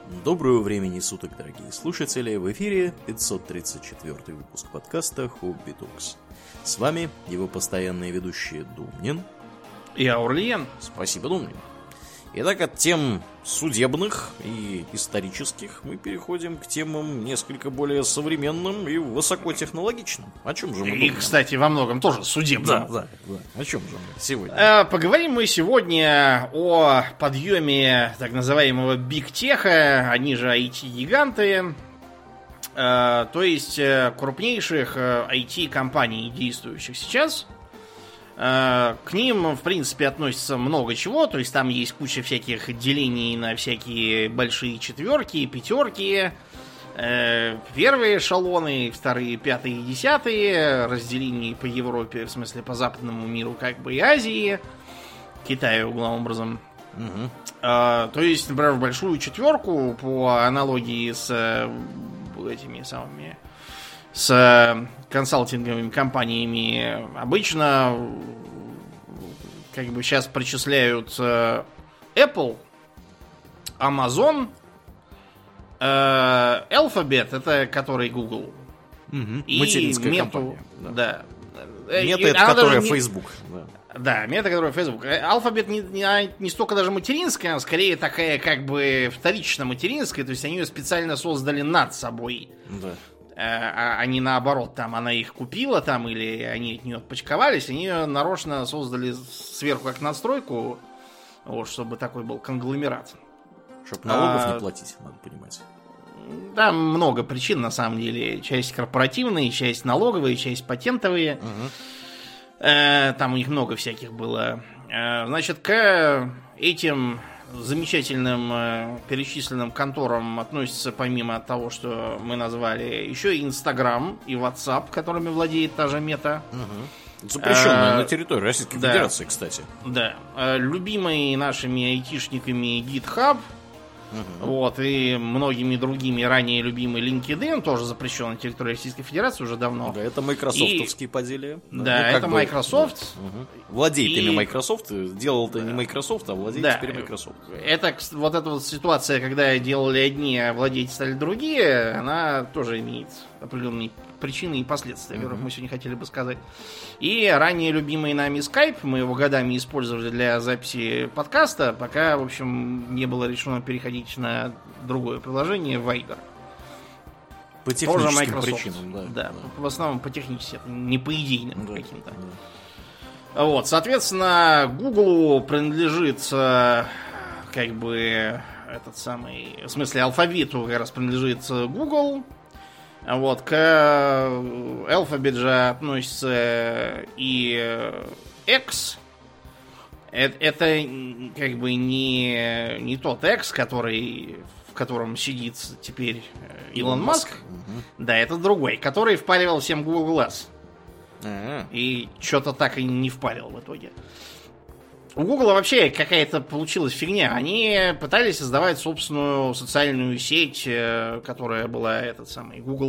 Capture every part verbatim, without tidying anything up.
Доброго времени суток, дорогие слушатели! В эфире пятьсот тридцать четвёртый выпуск подкаста Хобби Токс. С вами его постоянные ведущие Думнин и Аурлиен. Спасибо, Думнин. Итак, от тем судебных и исторических мы переходим к темам несколько более современным и высокотехнологичным. О чем же мы И, кстати, во многом тоже судебным. Да, да, да. О чем же мы сегодня? А, поговорим мы сегодня о подъеме так называемого биг-теха, они же ай ти-гиганты, а, то есть крупнейших ай ти-компаний, действующих сейчас. К ним, в принципе, относится много чего. То есть там есть куча всяких делений на всякие большие четверки, пятерки. Первые эшелоны, вторые, пятые, десятые. Разделений по Европе, в смысле по западному миру, как бы и Азии. Китаю, главным образом. Угу. То есть, например, в большую четверку, по аналогии с этими самыми... с консалтинговыми компаниями обычно как бы сейчас причисляют Apple, Amazon, Alphabet, это который Google, угу. и материнская Мету, компания. Да. Мета, это которая не... Facebook. Да. Да, Мета, которая Facebook. Alphabet не, не, не столько даже материнская, а скорее такая как бы вторично материнская, то есть они ее специально создали над собой. Да. А, а не наоборот, там она их купила там, или они от нее отпочковались, они ее нарочно создали сверху как надстройку, вот, чтобы такой был конгломерат. Чтобы налогов а, не платить, надо понимать. Там много причин, на самом деле. Часть корпоративные, часть налоговые, часть патентовые. Угу. Э, там у них много всяких было. Э, значит, к этим замечательным э, перечисленным конторам относится, помимо того, что мы назвали, еще и Инстаграм и WhatsApp, которыми владеет та же Мета. Угу. Запрещенная а, на территории Российской да, Федерации, кстати. Да. А, любимый нашими айтишниками GitHub, угу. вот, и многими другими ранее любимый LinkedIn, тоже запрещен на территории Российской Федерации уже давно. Да, это майкрософтовские и... поделия. Да, да ну, это бы... Microsoft. Угу. Владеет и... ими Microsoft, делал-то да. не Microsoft, а владеет да. теперь Microsoft. Это вот эта вот ситуация, когда делали одни, а владеть стали другие, она тоже имеет определенные причины и последствия, которых uh-huh. мы сегодня хотели бы сказать. И ранее любимый нами Skype, мы его годами использовали для записи подкаста, пока, в общем, не было решено переходить на другое приложение, Viber. По техническим причинам, да, да, да. В основном по техническим, не по идейным да, каким-то. Да. Вот, соответственно, Google принадлежит как бы этот самый, в смысле, алфавиту как раз принадлежит Google. Вот, к Alphabet же относится и X. Это, это как бы не, не тот X, который, в котором сидит теперь Илон Маск. Угу. Да, это другой, который впаривал всем Google Glass. А-а. И что-то так и не впарил в итоге. У Гугла вообще какая-то получилась фигня. Они пытались создавать собственную социальную сеть, которая была этот самый Google+.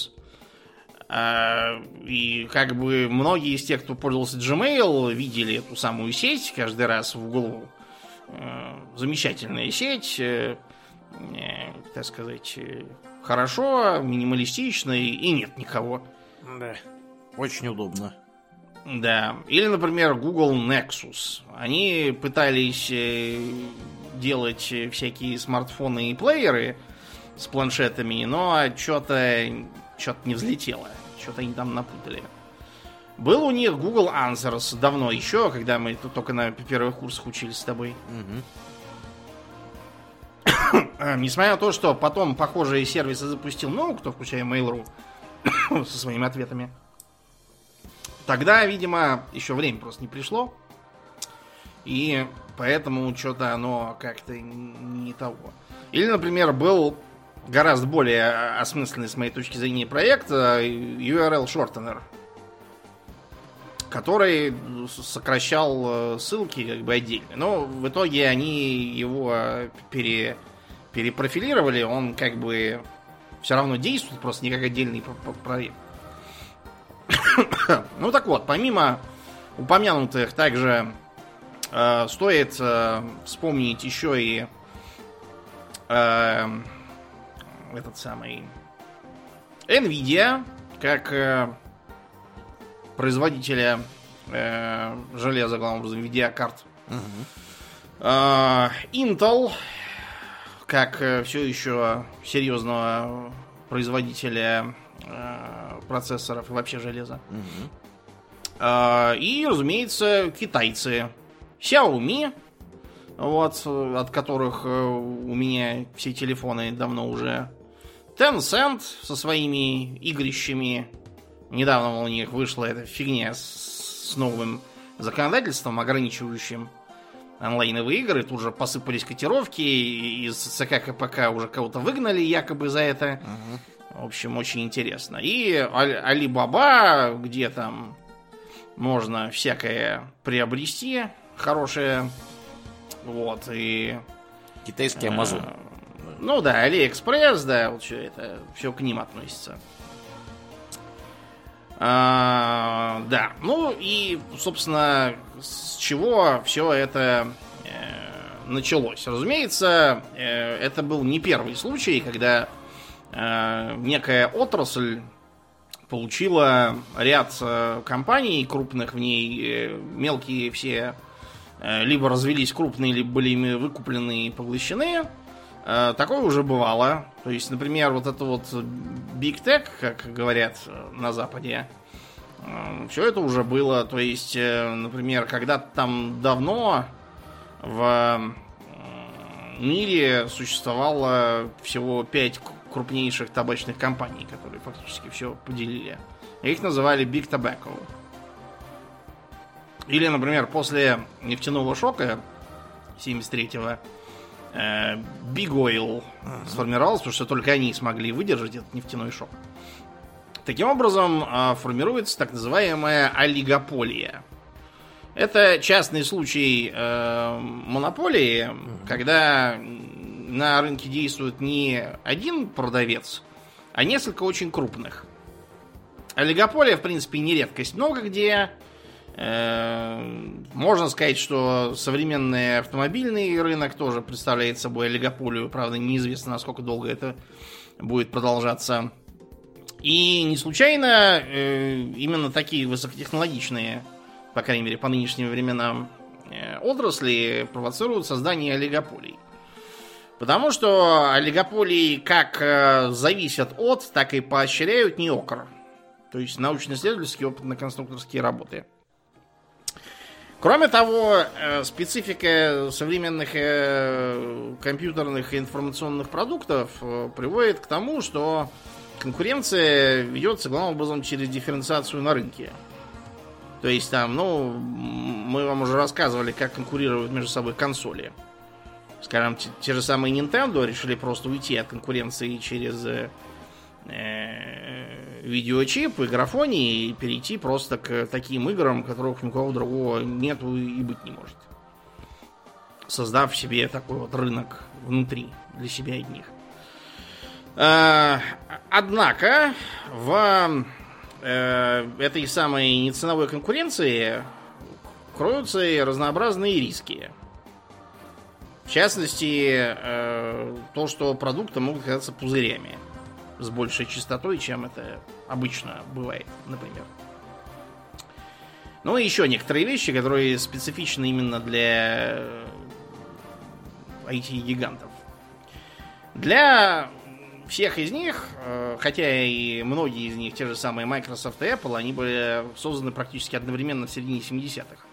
И как бы многие из тех, кто пользовался Gmail, видели эту самую сеть каждый раз в углу. Замечательная сеть, так сказать, хорошо, минималистично и нет никого. Да, очень удобно. Да. Или, например, Google Nexus. Они пытались делать всякие смартфоны и плееры с планшетами, но что-то что-то не взлетело. Что-то они там напутали. Был у них Google Answers давно еще, когда мы тут только на первых курсах учились с тобой. Угу. Несмотря на то, что потом похожие сервисы запустил много кто, включая Mail.ru, со своими ответами. Тогда, видимо, еще время просто не пришло. И поэтому что-то оно как-то не того. Или, например, был гораздо более осмысленный, с моей точки зрения, проект ю ар эл Shortener, который сокращал ссылки как бы отдельно. Но в итоге они его пере, перепрофилировали. Он как бы все равно действует, просто не как отдельный проект. Ну так вот, помимо упомянутых также э, стоит э, вспомнить еще и э, этот самый Nvidia, как э, производителя э, железа, главным образом, видеокарт. Угу. Э, Intel, как э, все еще серьезного производителя э, процессоров и вообще железа. Угу. Э, и, разумеется, китайцы. Xiaomi, вот, от которых э, у меня все телефоны давно уже. Tencent со своими игрищами. Недавно у них вышла эта фигня с, с новым законодательством, ограничивающим онлайновые игры. Тут же посыпались котировки, из ЦК КПК уже кого-то выгнали якобы за это. Угу. В общем, очень интересно. И Alibaba, где там можно всякое приобрести хорошее. Вот, и... Китайский Amazon. Э, ну да, AliExpress, да, вот все это, все к ним относится. А, да, ну и, собственно, с чего все это э, началось? Разумеется, э, это был не первый случай, когда э, некая отрасль получила ряд э, компаний крупных в ней, э, мелкие все э, либо развелись крупные, либо были ими выкуплены и поглощены. Э, такое уже бывало. То есть, например, вот это вот Big Tech, как говорят на Западе, э, все это уже было. То есть, э, например, когда-то там давно в мире существовало всего пять крупнейших табачных компаний, которые фактически все поделили. Их называли Big Tobacco. Или, например, после нефтяного шока семьдесят третьего э, Big Oil uh-huh. сформировался, потому что только они смогли выдержать этот нефтяной шок. Таким образом, э, формируется так называемая олигополия. Это частный случай э, монополии, uh-huh. когда на рынке действует не один продавец, а несколько очень крупных. Олигополия, в принципе, не редкость много где. Э, можно сказать, что современный автомобильный рынок тоже представляет собой олигополию. Правда, неизвестно, насколько долго это будет продолжаться. И не случайно э, именно такие высокотехнологичные, по крайней мере, по нынешним временам, э, отрасли провоцируют создание олигополий. Потому что олигополии как э, зависят от, так и поощряют неокр. То есть научно-исследовательские, опытно-конструкторские работы. Кроме того, э, специфика современных э, компьютерных и информационных продуктов э, приводит к тому, что конкуренция ведется главным образом через дифференциацию на рынке. То есть там, ну, мы вам уже рассказывали, как конкурируют между собой консоли. Скажем, те, те же самые Nintendo решили просто уйти от конкуренции через э, э, видеочип и графоний и перейти просто к таким играм, которых никого другого нету и быть не может. Создав себе такой вот рынок внутри для себя одних. Э, однако в э, этой самой неценовой конкуренции кроются и разнообразные риски. В частности, э, то, что продукты могут оказаться пузырями с большей частотой, чем это обычно бывает, например. Ну и еще некоторые вещи, которые специфичны именно для ай ти-гигантов. Для всех из них, э, хотя и многие из них, те же самые Microsoft и Apple, они были созданы практически одновременно в середине семидесятых.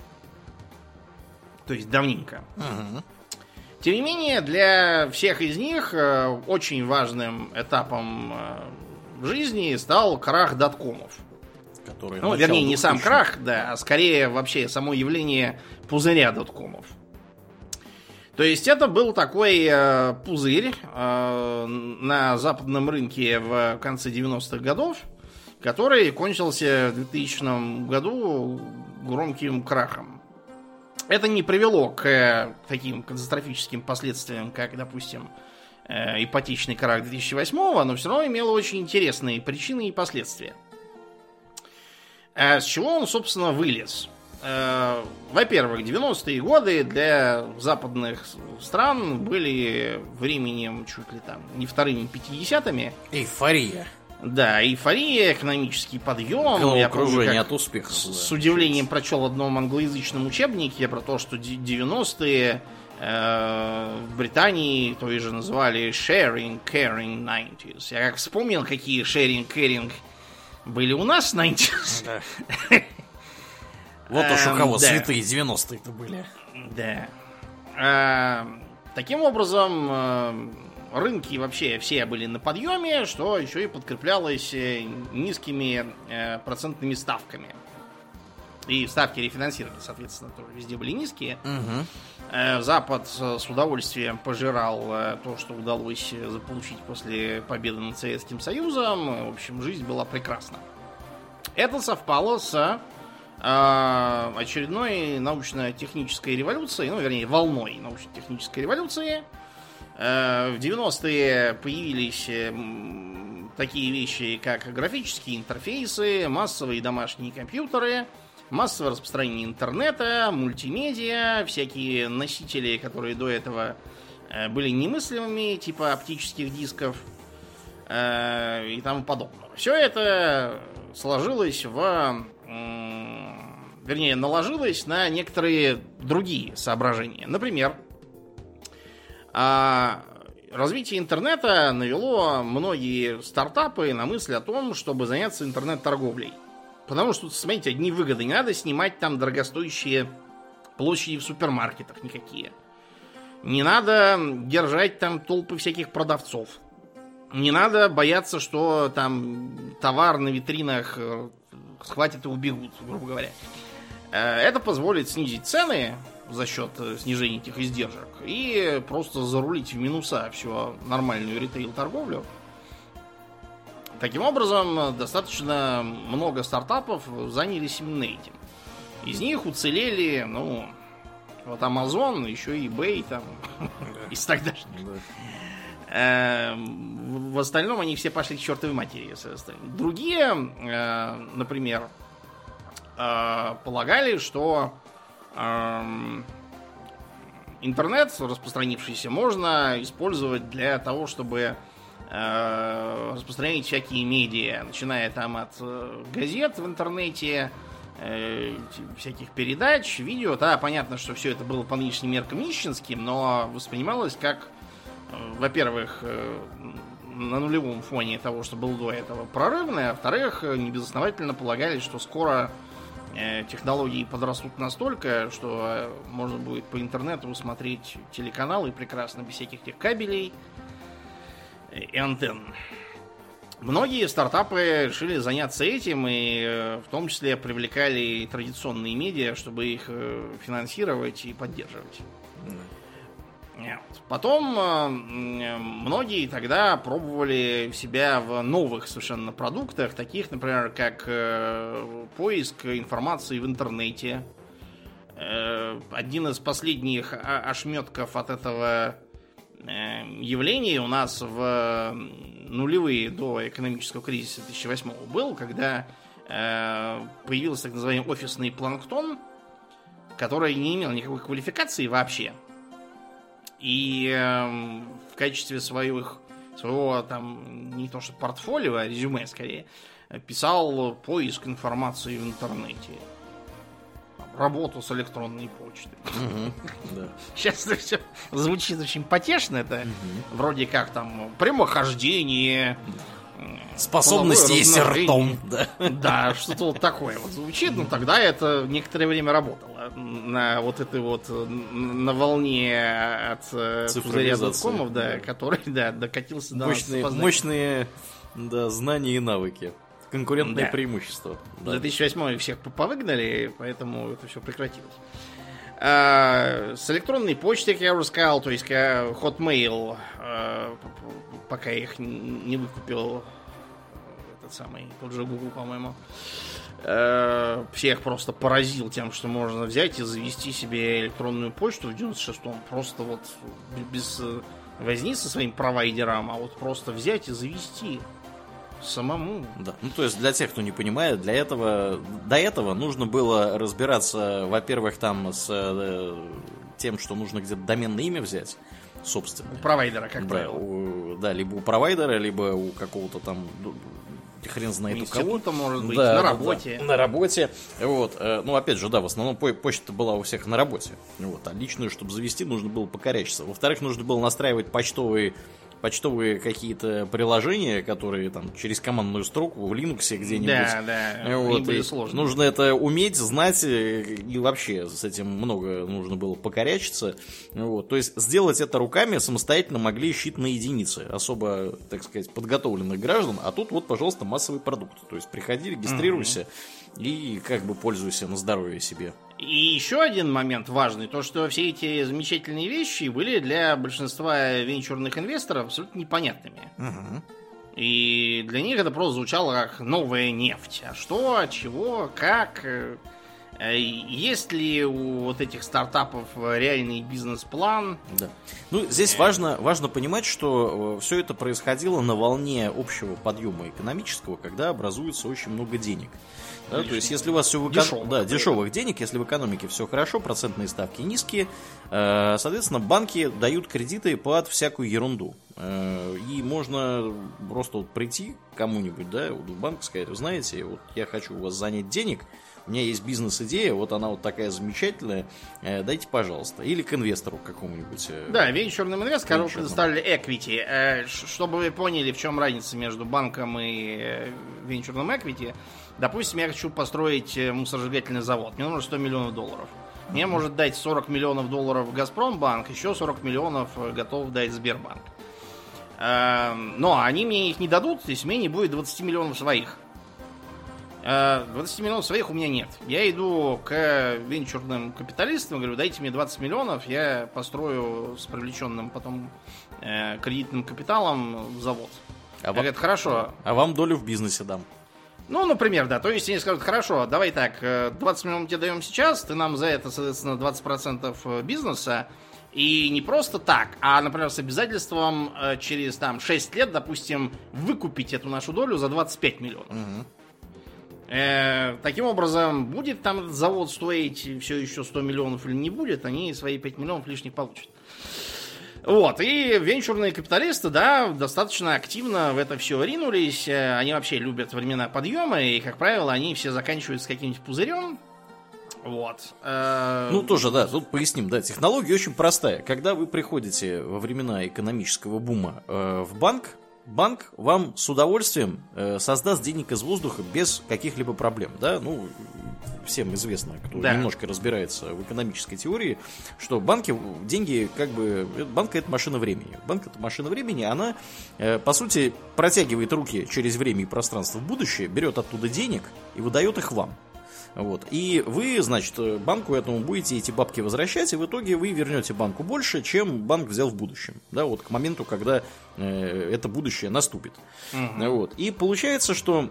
То есть давненько. Uh-huh. Тем не менее, для всех из них э, очень важным этапом э, в жизни стал крах доткомов. Который ну, вернее, не сам крах, да, а скорее вообще само явление пузыря доткомов. То есть это был такой э, пузырь э, на западном рынке в конце девяностых годов, который кончился в двухтысячном году громким крахом. Это не привело к таким катастрофическим последствиям, как, допустим, э, ипотечный крах две тысячи восьмого, но все равно имело очень интересные причины и последствия. А с чего он, собственно, вылез? э, во-первых, девяностые годы для западных стран были временем чуть ли там не вторыми пятидесятыми. Эйфория. Да, эйфория, экономический подъем. Головокружение от успеха. С, да, с удивлением прочел в одном англоязычном учебнике про то, что девяностые э, в Британии то и же называли sharing, caring nineties. Я как вспомнил, какие sharing, caring были у нас nineties. Да. Вот уж у кого святые девяностые-то были. Да. Таким образом, рынки вообще все были на подъеме, что еще и подкреплялось низкими процентными ставками. И ставки рефинансирования, соответственно, тоже везде были низкие. Угу. Запад с удовольствием пожирал то, что удалось заполучить после победы над Советским Союзом. В общем, жизнь была прекрасна. Это совпало с очередной научно-технической революцией, ну, вернее, волной научно-технической революции. В девяностые появились такие вещи, как графические интерфейсы, массовые домашние компьютеры, массовое распространение интернета, мультимедиа, всякие носители, которые до этого были немыслимыми, типа оптических дисков и тому подобного. Все это сложилось в... Вернее, наложилось на некоторые другие соображения. Например, развитие интернета навело многие стартапы на мысль о том, чтобы заняться интернет-торговлей. Потому что, смотрите, одни выгоды. Не надо снимать там дорогостоящие площади в супермаркетах никакие. Не надо держать там толпы всяких продавцов. Не надо бояться, что там товар на витринах схватят и убегут, грубо говоря. Это позволит снизить цены за счет снижения этих издержек и просто зарулить в минуса всю нормальную ритейл-торговлю. Таким образом, достаточно много стартапов занялись именно этим. Из них уцелели, ну, вот Amazon, еще и eBay там, из тогдашних. В остальном они все пошли к чертовой матери. Другие, например, полагали, что интернет, распространившийся, можно использовать для того, чтобы распространять всякие медиа, начиная там от газет в интернете, всяких передач, видео. Да, понятно, что все это было по нынешним меркам нищенским, но воспринималось как, во-первых, на нулевом фоне того, что было до этого, прорывное, а во-вторых, небезосновательно полагали, что скоро технологии подрастут настолько, что можно будет по интернету смотреть телеканалы прекрасно, без всяких тех кабелей и антенн. Многие стартапы решили заняться этим, и в том числе привлекали традиционные медиа, чтобы их финансировать и поддерживать. Потом многие тогда пробовали себя в новых совершенно продуктах, таких, например, как поиск информации в интернете. Один из последних ошметков от этого явления у нас в нулевые до экономического кризиса две тысячи восьмого был, когда появился так называемый офисный планктон, который не имел никакой квалификации вообще. И э, в качестве своих, своего там не то что портфолио, а резюме скорее, писал поиск информации в интернете. Работу с электронной почтой. Uh-huh, да. Сейчас это все звучит очень потешно. Это uh-huh. вроде как там прямохождение, способность есть ртом. Да, да, что-то вот такое вот звучит. Но тогда это некоторое время работало. На вот этой вот, на волне от пузыря доткомов, да, да. который, да, докатился до мощные, нас. Мощные, да, знания и навыки. Конкурентное да. преимущество. Да. В две тысячи восьмом всех повыгнали, поэтому это все прекратилось. А, с электронной почтой, как я уже сказал, то есть Hotmail, а, пока их не выкупил этот самый, тот же Google, по-моему, а, всех просто поразил тем, что можно взять и завести себе электронную почту в девяносто шестом. Просто вот без возни со своим провайдером, а вот просто взять и завести. самому. Да. Ну, то есть, для тех, кто не понимает, для этого, до этого нужно было разбираться, во-первых, там с э, тем, что нужно где-то доменное имя взять, собственно. У провайдера, как да, правило. У, да, либо у провайдера, либо у какого-то там... хрен знает у кого. Института, может быть, да, на да, работе. Да, на работе. Вот. Ну, опять же, да, в основном почта была у всех на работе. Вот. А личную, чтобы завести, нужно было покорячиться. Во-вторых, нужно было настраивать почтовые почтовые какие-то приложения, которые там через командную строку в Linux где-нибудь. Да, да, вот, они были сложные. Нужно это уметь, знать, и вообще с этим много нужно было покорячиться. Вот. То есть сделать это руками самостоятельно могли считанные единицы, особо, так сказать, подготовленных граждан. А тут вот, пожалуйста, массовый продукт. То есть приходи, регистрируйся угу. и как бы пользуйся на здоровье себе. И еще один момент важный, то что все эти замечательные вещи были для большинства венчурных инвесторов абсолютно непонятными. Угу. И для них это просто звучало как новая нефть. А что, чего, как? Есть ли у вот этих стартапов реальный бизнес-план? Да. Ну, здесь важно, важно понимать, что все это происходило на волне общего подъема экономического, когда образуется очень много денег. Да, то есть, если у вас все в эко... дешевых, да, дешевых денег, если в экономике все хорошо, процентные ставки низкие, э, соответственно, банки дают кредиты под всякую ерунду. Э, и можно просто вот прийти к кому-нибудь, да, вот в банк сказать, вы знаете, вот я хочу у вас занять денег, у меня есть бизнес-идея, вот она вот такая замечательная, э, дайте, пожалуйста. Или к инвестору какому-нибудь. Э, да, венчурным инвесторам предоставили equity. Э, чтобы вы поняли, в чем разница между банком и э, венчурным equity. Допустим, я хочу построить мусоросжигательный завод. Мне нужно сто миллионов долларов. Мне может дать сорок миллионов долларов Газпромбанк, еще сорок миллионов готов дать Сбербанк. Но они мне их не дадут, если у меня не будет двадцать миллионов своих. двадцать миллионов своих у меня нет. Я иду к венчурным капиталистам, говорю, дайте мне двадцать миллионов, я построю с привлеченным потом кредитным капиталом завод. А вам... Говорят, хорошо. А вам долю в бизнесе дам. Ну, например, да. То есть они скажут, хорошо, давай так, двадцать миллионов тебе даем сейчас, ты нам за это, соответственно, двадцать процентов бизнеса. И не просто так, а, например, с обязательством через там, шесть лет, допустим, выкупить эту нашу долю за двадцать пять миллионов. Угу. Э, таким образом, будет там этот завод стоить все еще сто миллионов или не будет, они свои пять миллионов лишних получат. Вот, и венчурные капиталисты, да, достаточно активно в это все ринулись. Они вообще любят времена подъема, и, как правило, они все заканчиваются каким-нибудь пузырем. Вот. Ну, тоже, да, тут поясним, да, технология очень простая. Когда вы приходите во времена экономического бума э, в банк, банк вам с удовольствием э, создаст денег из воздуха без каких-либо проблем, да, ну, всем известно, кто да. немножко разбирается в экономической теории, что банки, деньги, как бы, банк это машина времени. Банк это машина времени, она, э, по сути, протягивает руки через время и пространство в будущее, берет оттуда денег и выдает их вам. Вот. И вы, значит, банку этому будете эти бабки возвращать, и в итоге вы вернете банку больше, чем банк взял в будущем. Да, вот к моменту, когда э, это будущее наступит. Угу. Вот. И получается, что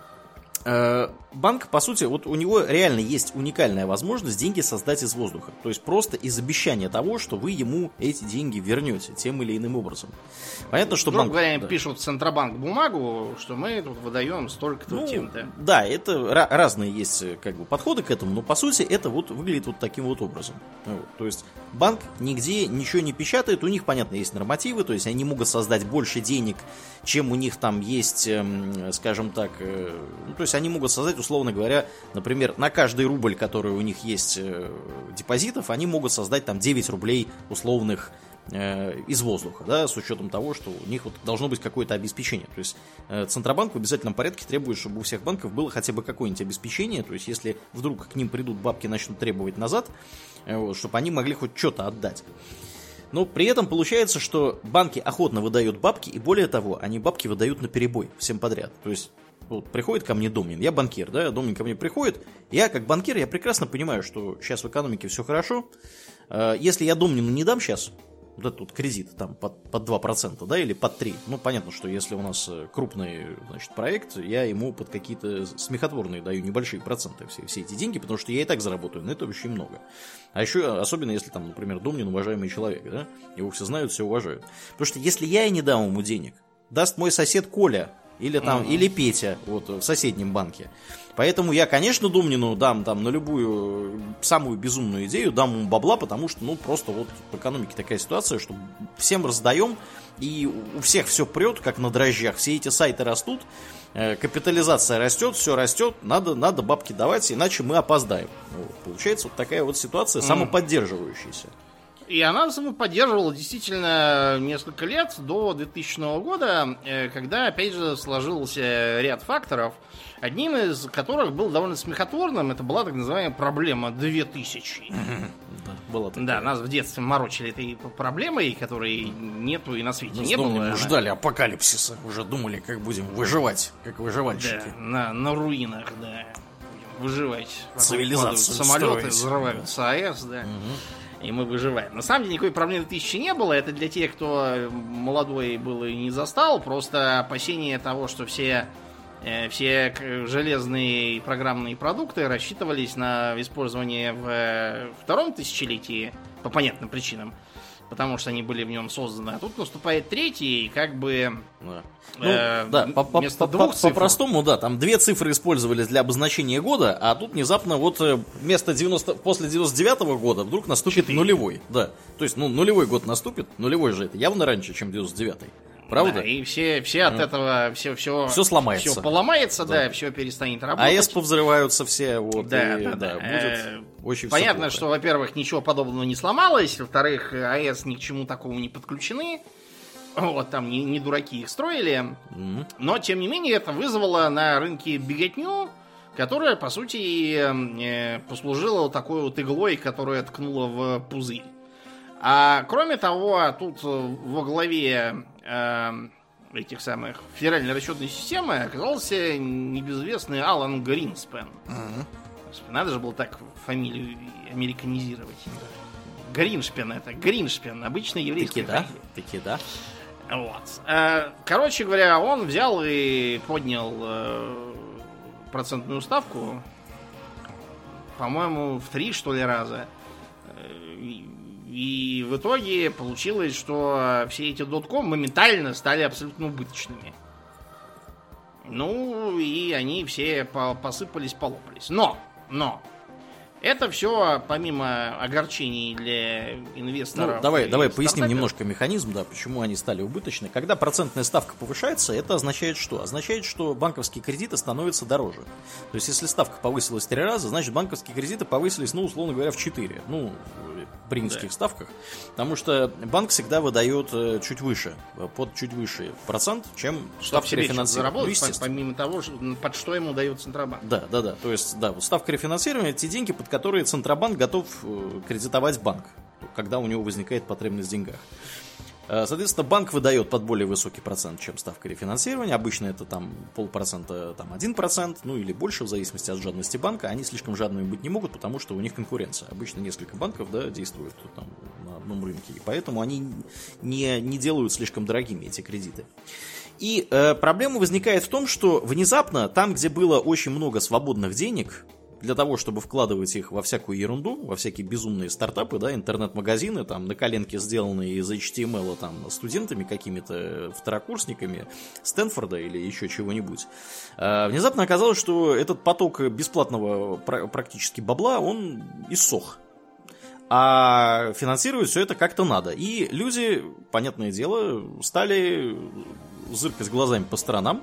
э, банк, по сути, вот у него реально есть уникальная возможность деньги создать из воздуха. То есть просто из обещания того, что вы ему эти деньги вернете тем или иным образом. Понятно, что банк... говоря, да. пишут в Центробанк бумагу, что мы тут выдаем столько-то ну, тем-то. Да, это ra- разные есть как бы подходы к этому, но по сути это вот выглядит вот таким вот образом. Вот. То есть банк нигде ничего не печатает, у них, понятно, есть нормативы, то есть они могут создать больше денег, чем у них там есть, скажем так, ну, то есть они могут создать, условно говоря, например, на каждый рубль, который у них есть депозитов, они могут создать там девять рублей условных из воздуха, да, с учетом того, что у них вот должно быть какое-то обеспечение. То есть Центробанк в обязательном порядке требует, чтобы у всех банков было хотя бы какое-нибудь обеспечение, то есть если вдруг к ним придут бабки, начнут требовать назад, вот, чтобы они могли хоть что-то отдать. Но при этом получается, что банки охотно выдают бабки, и более того, они бабки выдают наперебой всем подряд. То есть вот приходит ко мне Домнин, я банкир, да, Домнин ко мне приходит, я как банкир, я прекрасно понимаю, что сейчас в экономике все хорошо, если я Домнину не дам сейчас вот этот вот кредит там под, под два процента, да, или под три. Ну, понятно, что если у нас крупный, значит, проект, я ему под какие-то смехотворные даю небольшие проценты все, все эти деньги, потому что я и так заработаю, но это очень много. А еще, особенно если там, например, Домнин уважаемый человек, да, его все знают, все уважают. Потому что если я и не дам ему денег, даст мой сосед Коля, Или там, mm-hmm. или Петя вот, в соседнем банке. Поэтому я, конечно, Думнину дам там на любую самую безумную идею, дам ему бабла, потому что, ну, просто вот в экономике такая ситуация, что всем раздаем, и у всех все прет, как на дрожжах. Все эти сайты растут, капитализация растет, все растет, надо, надо бабки давать, иначе мы опоздаем. Вот, получается вот такая вот ситуация, mm. самоподдерживающаяся. И она самоподдерживала действительно несколько лет, до двухтысячного года, когда, опять же, сложился ряд факторов, одним из которых был довольно смехотворным. Это была так называемая проблема две тысячи. Да, была такая. Да, нас в детстве морочили этой проблемой, которой нету и на свете мы не было. Мы ждали апокалипсиса, уже думали, как будем выживать, как выживальщики. Да, на, на руинах, да, будем выживать. Цивилизацию самолеты строить. Взрываются АЭС, да. Угу. И мы выживаем. На самом деле никакой проблемы две тысячи не было. Это для тех, кто молодой был и не застал. Просто опасение того, что все, э, все железные программные продукты рассчитывались на использование в втором тысячелетии по понятным причинам. Потому что они были в нем созданы. А тут наступает третий, и как бы... Да. Э, ну, да, по, по, по, по, по-простому, да, там две цифры использовались для обозначения года, а тут внезапно вот вместо девяносто, после девяносто девятого года вдруг наступит четыре. Нулевой. Да, то есть, ну, нулевой год наступит, нулевой же это явно раньше, чем девяносто девятый. Правда? Да, и все, все от mm. этого все, все, все сломается. Все поломается, да, да, все перестанет работать. АЭС повзрываются все, вот, да, и, да, да, да. будет э, очень понятно, что, во-первых, ничего подобного не сломалось, во-вторых, АЭС ни к чему такому не подключены. Вот, там не, не дураки их строили. Mm. Но, тем не менее, это вызвало на рынке беготню, которая, по сути, э, послужила такой вот иглой, которая ткнула в пузырь. А кроме того, тут во главе э, этих самых федеральной расчетной системы оказался небезызвестный Алан Гринспен. Uh-huh. Надо же было так фамилию американизировать. Гриншпен это. Гриншпен. Обычная еврейская Таки да. фамилия. Таки да. Вот. Короче говоря, он взял и поднял процентную ставку, по-моему, в три, что ли, раза. И в итоге получилось, что все эти дотком моментально стали абсолютно убыточными. Ну, и они все посыпались, полопались. Но, но, это все, помимо огорчений для инвесторов... Ну, давай, давай поясним немножко механизм, да, почему они стали убыточны. Когда процентная ставка повышается, это означает что? Означает, что банковские кредиты становятся дороже. То есть, если ставка повысилась в три раза, значит, банковские кредиты повысились, ну, условно говоря, в четыре. Ну, при низких да. ставках. Потому что банк всегда выдает чуть выше, под чуть выше процент, чем ставка рефинансирования. Ну, помимо того, под что ему дает Центробанк. Да, да, да. То есть, да, вот ставка рефинансирования — это те деньги, под которые Центробанк готов кредитовать банк, когда у него возникает потребность в деньгах. Соответственно, банк выдает под более высокий процент, чем ставка рефинансирования. Обычно это там полпроцента, там один процент, ну или больше, в зависимости от жадности банка. Они слишком жадными быть не могут, потому что у них конкуренция. Обычно несколько банков, да, действуют там на одном рынке, и поэтому они не, не делают слишком дорогими эти кредиты. И э, проблема возникает в том, что внезапно там, где было очень много свободных денег, для того, чтобы вкладывать их во всякую ерунду, во всякие безумные стартапы, да, интернет-магазины, там, на коленке сделанные из эйч ти эм эл, там, студентами какими-то, второкурсниками Стэнфорда или еще чего-нибудь, внезапно оказалось, что этот поток бесплатного практически бабла, он иссох. А финансировать все это как-то надо. И люди, понятное дело, стали зыркать глазами по сторонам,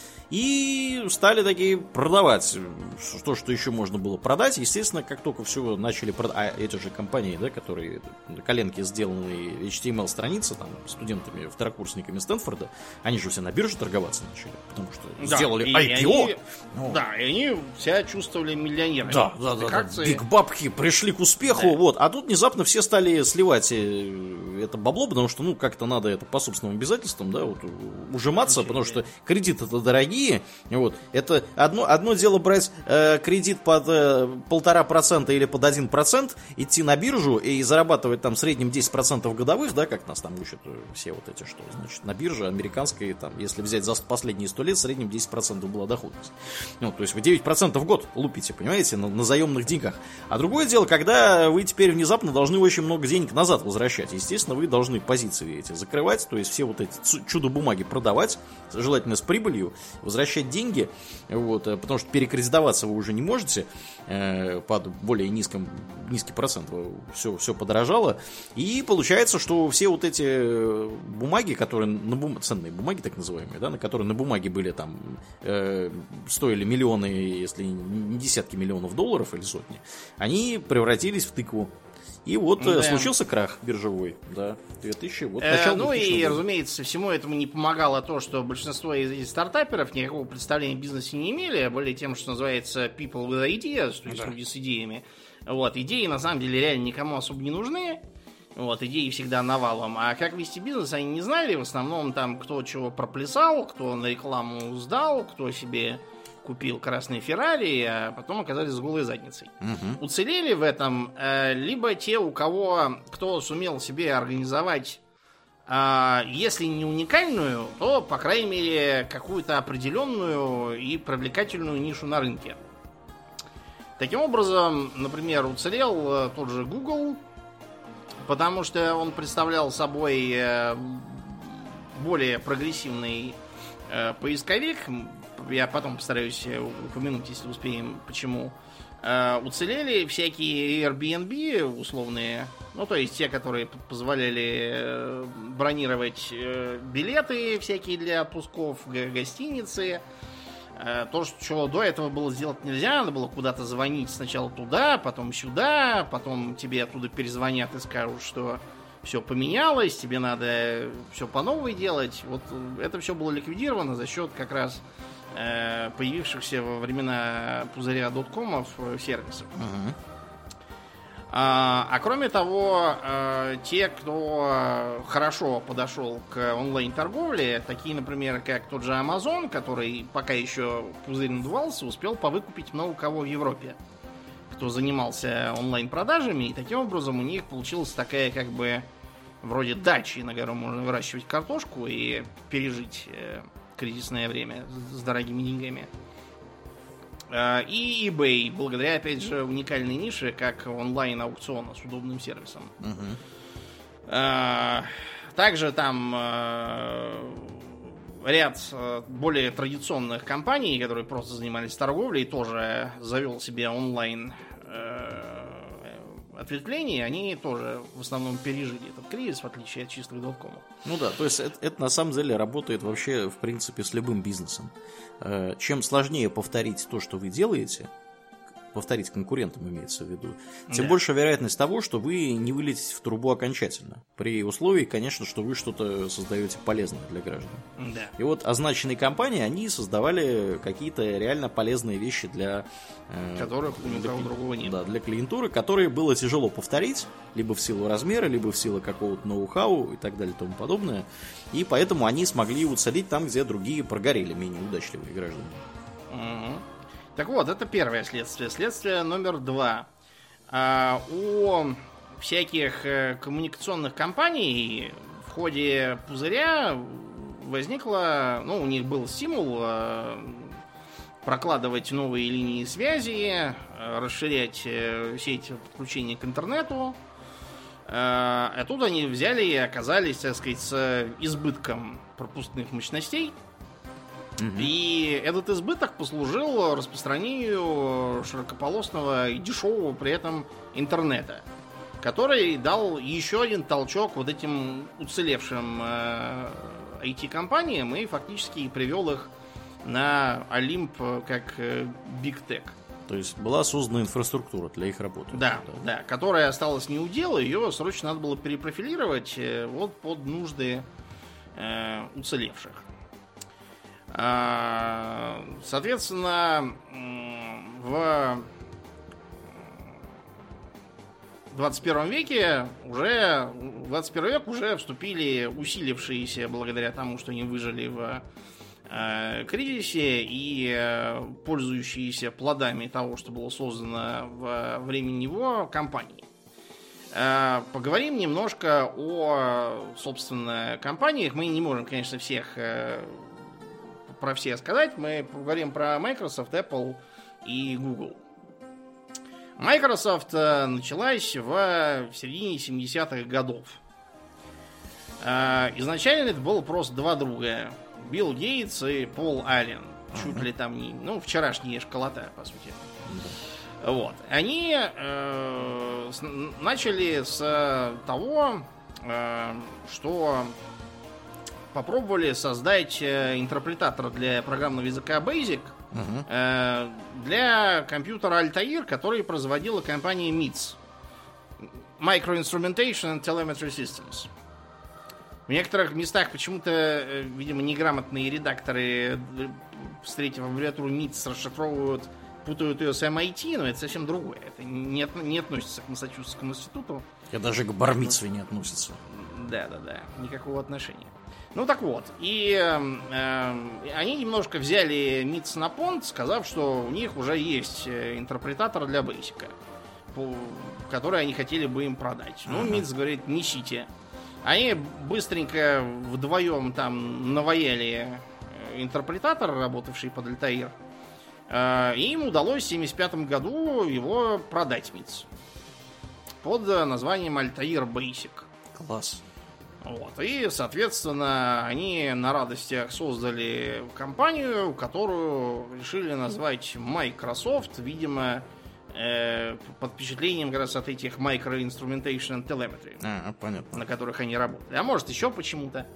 и стали такие продавать то, что еще можно было продать. Естественно, как только все начали продавать, а эти же компании, да, которые на коленке сделанные эйч ти эм эл-страницы там, студентами, второкурсниками Стэнфорда, они же все на бирже торговаться начали, потому что да, сделали ай пи о. Они, ну. Да, и они себя чувствовали миллионерами. Да, да, да, да. Биг-бабки пришли к успеху, да. Вот. А тут внезапно все стали сливать это бабло, потому что, ну, как-то надо это по собственным обязательствам, да, вот, ужиматься, Очень потому что кредиты-то дорогие, другие. Вот. Это одно, одно дело брать э, кредит под э, полтора процента или под один процент, идти на биржу и зарабатывать там в среднем десять процентов годовых, да, как нас там учат все вот эти, что, значит, на бирже американской, там, если взять за последние сто лет, в среднем десять процентов была доходность. Ну, то есть вы девять процентов в год лупите, понимаете, на, на заемных деньгах. А другое дело, когда вы теперь внезапно должны очень много денег назад возвращать. Естественно, вы должны позиции эти закрывать, то есть все вот эти чудо-бумаги продавать, желательно с прибылью, возвращать деньги, вот, потому что перекредитоваться вы уже не можете э, под более низким, низкий процент, все, все подорожало, и получается, что все вот эти бумаги, которые на бум... ценные бумаги, так называемые, да, на которые на бумаге были там, э, стоили миллионы, если не десятки миллионов долларов или сотни, они превратились в тыкву. И вот да. случился крах биржевой, да, две тысячи, вот начало э, Ну и, года. разумеется, всему этому не помогало то, что большинство из, из стартаперов никакого представления о бизнесе не имели, а были тем, что называется people with ideas, то есть да. люди с идеями. Вот, идеи на самом деле реально никому особо не нужны. Вот, идеи всегда навалом. А как вести бизнес, они не знали. В основном там кто чего проплясал, кто на рекламу сдал, кто себе купил красные Феррари, а потом оказались с голой задницей. Угу. Уцелели в этом э, либо те, у кого, кто сумел себе организовать, э, если не уникальную, то, по крайней мере, какую-то определенную и привлекательную нишу на рынке. Таким образом, например, уцелел тот же Google, потому что он представлял собой э, более прогрессивный э, поисковик. Я потом постараюсь упомянуть, если успеем, почему. Э, уцелели всякие Airbnb условные. Ну, то есть те, которые позволяли э, бронировать э, билеты всякие для отпусков, гостиницы. Э, то, что до этого было сделать нельзя. Надо было куда-то звонить сначала туда, потом сюда. Потом тебе оттуда перезвонят и скажут, что все поменялось, тебе надо все по новой делать. Вот это все было ликвидировано за счет как раз появившихся во времена пузыря доткомов сервисов. Uh-huh. А, а кроме того, те, кто хорошо подошел к онлайн-торговле, такие, например, как тот же Amazon, который пока еще пузырь надувался, успел повыкупить много кого в Европе, кто занимался онлайн-продажами, и таким образом у них получилась такая как бы вроде дачи, на которой можно выращивать картошку и пережить кризисное время с дорогими деньгами. И eBay, благодаря, опять же, уникальной нише, как онлайн-аукциона с удобным сервисом. Uh-huh. Также там ряд более традиционных компаний, которые просто занимались торговлей, тоже завел себе онлайн ответвления, они тоже в основном пережили этот кризис, в отличие от чистых доткомов. Ну да, то есть это, это на самом деле работает вообще, в принципе, с любым бизнесом. Чем сложнее повторить то, что вы делаете, повторить конкурентам имеется в виду, тем да. больше вероятность того, что вы не вылетите в трубу окончательно. При условии, конечно, что вы что-то создаете полезное для граждан. Да. И вот означенные компании, они создавали какие-то реально полезные вещи для... Которых у никого другого нет. Да, для клиентуры, которые было тяжело повторить, либо в силу размера, либо в силу какого-то ноу-хау и так далее и тому подобное. И поэтому они смогли уцелеть там, где другие прогорели, менее удачливые граждане. Угу. Так вот, это первое следствие. Следствие номер два. А, у всяких коммуникационных компаний в ходе пузыря возникло, ну, у них был стимул прокладывать новые линии связи, расширять сеть подключения к интернету. А тут они взяли и оказались, так сказать, с избытком пропускных мощностей. Mm-hmm. И этот избыток послужил распространению широкополосного и дешевого при этом интернета, который дал еще один толчок вот этим уцелевшим э, ай ти-компаниям и фактически привел их на Олимп как э, Big Tech. То есть была создана инфраструктура для их работы. Да, да, да, которая осталась не у дела, ее срочно надо было перепрофилировать э, вот под нужды э, уцелевших. Соответственно, в двадцать первом веке уже в двадцать первый век уже вступили усилившиеся благодаря тому, что они выжили в э, кризисе и э, пользующиеся плодами того, что было создано во время него компании. Э, поговорим немножко о, собственно, компаниях. Мы не можем, конечно, всех э, про все сказать. Мы поговорим про Microsoft, Apple и Google. Microsoft началась в середине семидесятых годов. Изначально это было просто два друга. Билл Гейтс и Пол Аллен. Чуть ли там не... Ну, вчерашняя школота, по сути. Да. Вот. Они э, с, начали с того, э, что попробовали создать интерпретатор для программного языка Basic uh-huh. э, для компьютера Altair, который производила компания митс. Microinstrumentation and Telemetry Systems. В некоторых местах почему-то, видимо, неграмотные редакторы, встретив аббревиатуру митс, расшифровывают, путают ее с эм ай ти, но это совсем другое. Это не, от, не относится к Массачусетскому институту. Это даже к бар-мицве не относится. Да-да-да, никакого отношения. Ну так вот, и э, они немножко взяли митс на понт, сказав, что у них уже есть интерпретатор для Basic, который они хотели бы им продать. Ну, uh-huh. митс говорит, несите. Они быстренько вдвоем там наваяли интерпретатор, работавший под Altair. И им удалось в семьдесят пятом году его продать митс. Под названием Altair Basic. Класс. Вот. И, соответственно, они на радостях создали компанию, которую решили назвать Microsoft, видимо, э, под впечатлением как раз от этих Microinstrumentation and Telemetry, а, понятно. на которых они работали. А может, еще почему-то.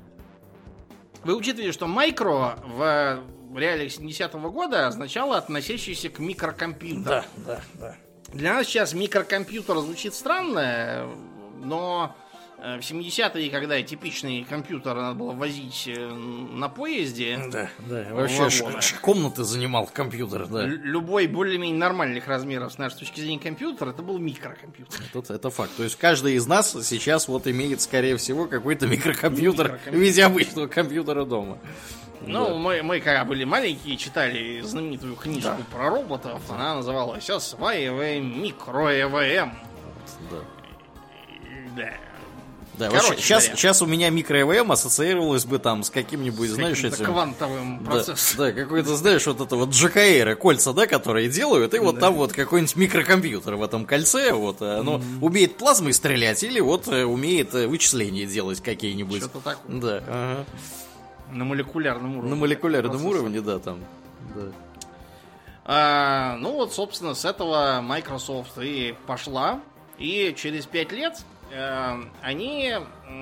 Вы учитывали, что микро в реалиях семидесятого года означало относящийся к микрокомпьютеру. Да, да, да. Для нас сейчас микрокомпьютер звучит странно, но в семидесятые, когда типичный компьютер надо было возить на поезде. Да, да. Вообще ш- ш- комнаты занимал компьютер, да. Л- любой более-менее нормальных размеров с нашей точки зрения компьютер, это был микрокомпьютер. Это, это факт. То есть каждый из нас сейчас вот имеет, скорее всего, какой-то микрокомпьютер, микрокомпьютер. в виде обычного компьютера дома. Ну, да. мы, мы, когда были маленькие, читали знаменитую книжку да. про роботов. Да. Она называлась «Осваивая микро-ЭВМ». Да. Да. Да, вот сейчас, сейчас у меня микро-ЭВМ ассоциировалось бы там с каким-нибудь, с знаешь, этим... квантовым процессом. Да, да, какой-то, знаешь, вот это вот джи кей эр, кольца, да, которые делают, и вот да. там вот какой-нибудь микрокомпьютер в этом кольце, вот, оно mm-hmm. умеет плазмой стрелять или вот умеет вычисления делать какие-нибудь. Что-то такое. Да, ага. На молекулярном уровне. На молекулярном процесс. уровне, да, там, да. А, ну вот, собственно, с этого Microsoft и пошла, и через пять лет они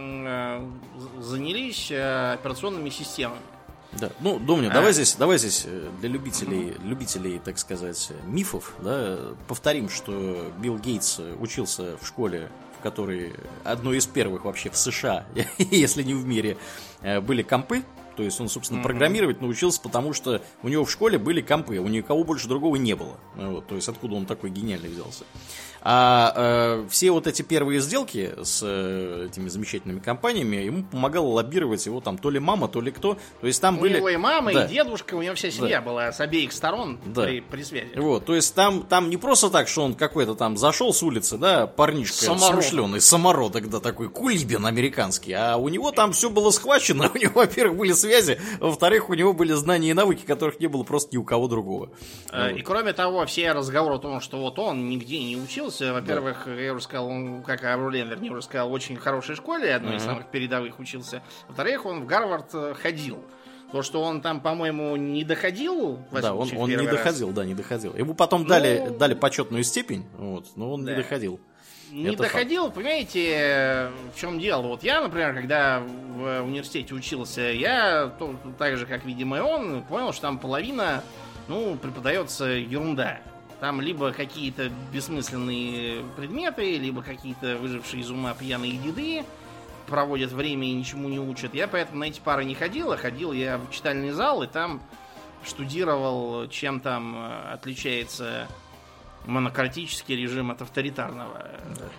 занялись операционными системами. Да, ну, Домнин, а? давай здесь, давай здесь для любителей, mm-hmm. любителей, так сказать, мифов, да, повторим, что Билл Гейтс учился в школе, в которой одной из первых вообще в США, если не в мире, были компы. То есть он, собственно, mm-hmm. программировать научился, потому что у него в школе были компы, у никого больше другого не было. Вот, то есть откуда он такой гениальный взялся. А э, все вот эти первые сделки с э, этими замечательными компаниями ему помогала лоббировать его там то ли мама, то ли кто. То есть там у были... него и мама, да. и дедушка, у него вся семья да. была с обеих сторон да. при, при связи. Вот, то есть там, там не просто так, что он какой-то там зашел с улицы, да, парнишка самородок. смышленый, самородок, да, такой кулибин американский, а у него там все было схвачено, у него, во-первых, были связи, во-вторых, у него были знания и навыки, которых не было просто ни у кого другого. И вот. Кроме того, все разговоры о том, что вот он нигде не учился, во-первых, да. я уже сказал, он, как Абрулен, вернее, уже сказал, в очень хорошей школе, одной uh-huh. из самых передовых учился. Во-вторых, он в Гарвард ходил. То, что он там, по-моему, не доходил. Да, он, он не раз. доходил, да, не доходил. Ему потом ну, дали, дали почетную степень, вот, но он да. не доходил. Не Это доходил, факт. Понимаете, в чем дело? Вот я, например, когда в университете учился, я, то, так же, как, видимо, и он, понял, что там половина, ну, преподается ерунда. Там либо какие-то бессмысленные предметы, либо какие-то выжившие из ума пьяные деды проводят время и ничему не учат. Я поэтому на эти пары не ходил, а ходил я в читальный зал и там штудировал, чем там отличается монократический режим от авторитарного.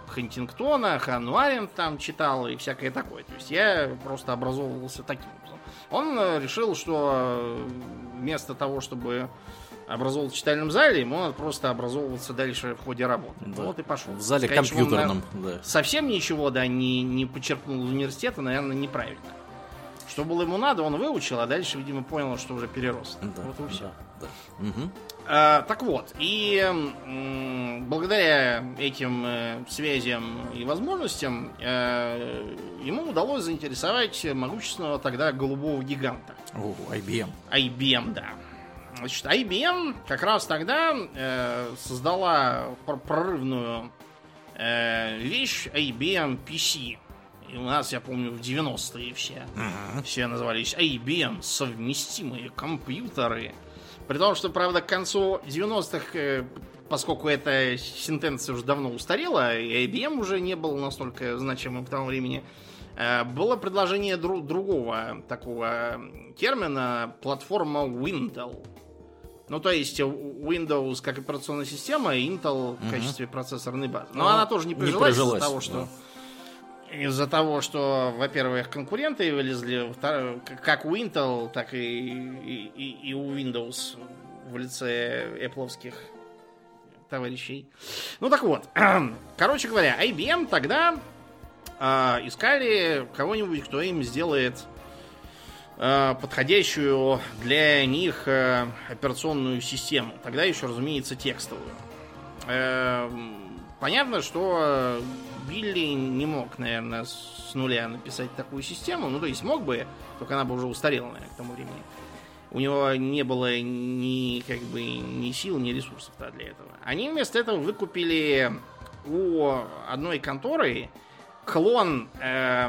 Хантингтона, Ханну Аренд там читал и всякое такое. То есть я просто образовывался таким образом. Он решил, что вместо того, чтобы образовываться в читальном зале, ему надо просто образовываться дальше в ходе работы. Да. Вот и пошел. В зале Сказать, компьютерном. Он, да. Совсем ничего, да, не, не подчеркнул из университета, наверное, неправильно. Что было ему надо, он выучил, а дальше, видимо, понял, что уже перерос. Да, вот и все. Да, да. Угу. А, так вот, и м, благодаря этим э, связям и возможностям э, ему удалось заинтересовать могущественного тогда голубого гиганта. О, ай би эм. ай би эм, да. Значит, ай би эм как раз тогда э, создала пр- прорывную э, вещь ай би эм пи си. И у нас, я помню, в девяностые все, uh-huh. все назывались ай би эм совместимые компьютеры. При том, что, правда, к концу девяностых, э, поскольку эта сентенция уже давно устарела, и ай би эм уже не был настолько значимым в тому времени, э, было предложение дру- другого такого термина — платформа Windows. Ну, то есть Windows как операционная система, и Intel uh-huh. в качестве процессорной базы. Но ну, она тоже не прижилась, не прижилась из-за того, что... Да. Из-за того, что, во-первых, конкуренты вылезли, как у Intel, так и, и, и у Windows в лице Apple'овских товарищей. Ну так вот, короче говоря, ай би эм тогда э, искали кого-нибудь, кто им сделает э, подходящую для них э, операционную систему. Тогда еще, разумеется, текстовую. Э, понятно, что Билли не мог, наверное, с нуля написать такую систему. Ну, то есть мог бы, только она бы уже устарела, наверное, к тому времени. У него не было ни, как бы, ни сил, ни ресурсов для этого. Они вместо этого выкупили у одной конторы клон э,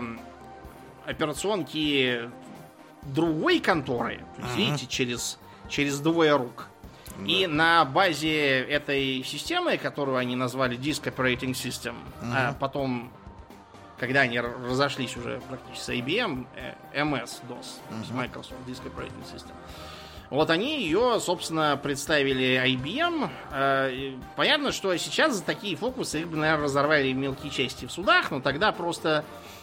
операционки другой конторы. То есть, uh-huh. видите, через, через двое рук. И на базе этой системы, которую они назвали Disk Operating System, uh-huh. а потом, когда они разошлись уже практически с ай би эм, эм эс дос, uh-huh. Microsoft Disk Operating System, вот они ее, собственно, представили ай би эм. Понятно, что сейчас за такие фокусы их бы, наверное, разорвали в мелкие части в судах, но тогда просто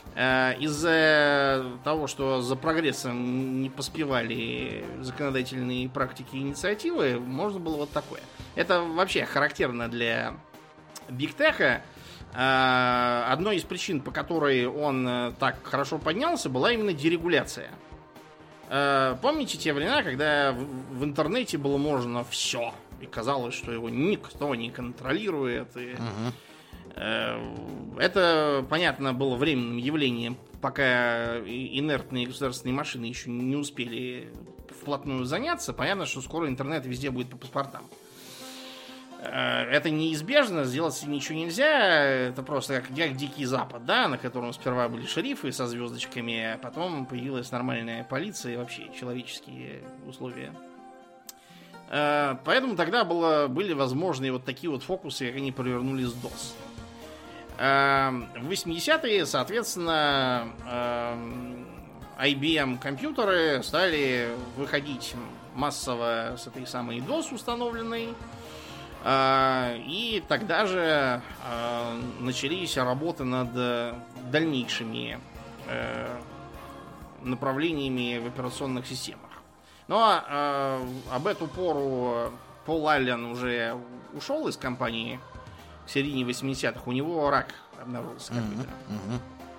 из-за того, что за прогрессом не поспевали законодательные практики и инициативы, можно было вот такое. Это вообще характерно для бигтеха. Одной из причин, по которой он так хорошо поднялся, была именно дерегуляция. Помните те времена, когда в интернете было можно все, и казалось, что его никто не контролирует, и... Uh-huh. Это, понятно, было временным явлением, пока инертные государственные машины еще не успели вплотную заняться. Понятно, что скоро интернет везде будет по паспортам. Это неизбежно, сделать ничего нельзя. Это просто как, как Дикий Запад, да, на котором сперва были шерифы со звездочками, а потом появилась нормальная полиция и вообще человеческие условия. Поэтому тогда было, были возможны вот такие вот фокусы, как они провернули с дос. В восьмидесятые, соответственно, ай би эм компьютеры стали выходить массово с этой самой дос установленной. И тогда же начались работы над дальнейшими направлениями в операционных системах. Но об эту пору Пол Аллен уже ушел из компании к середине восьмидесятых. У него рак обнаружился. Uh-huh, uh-huh.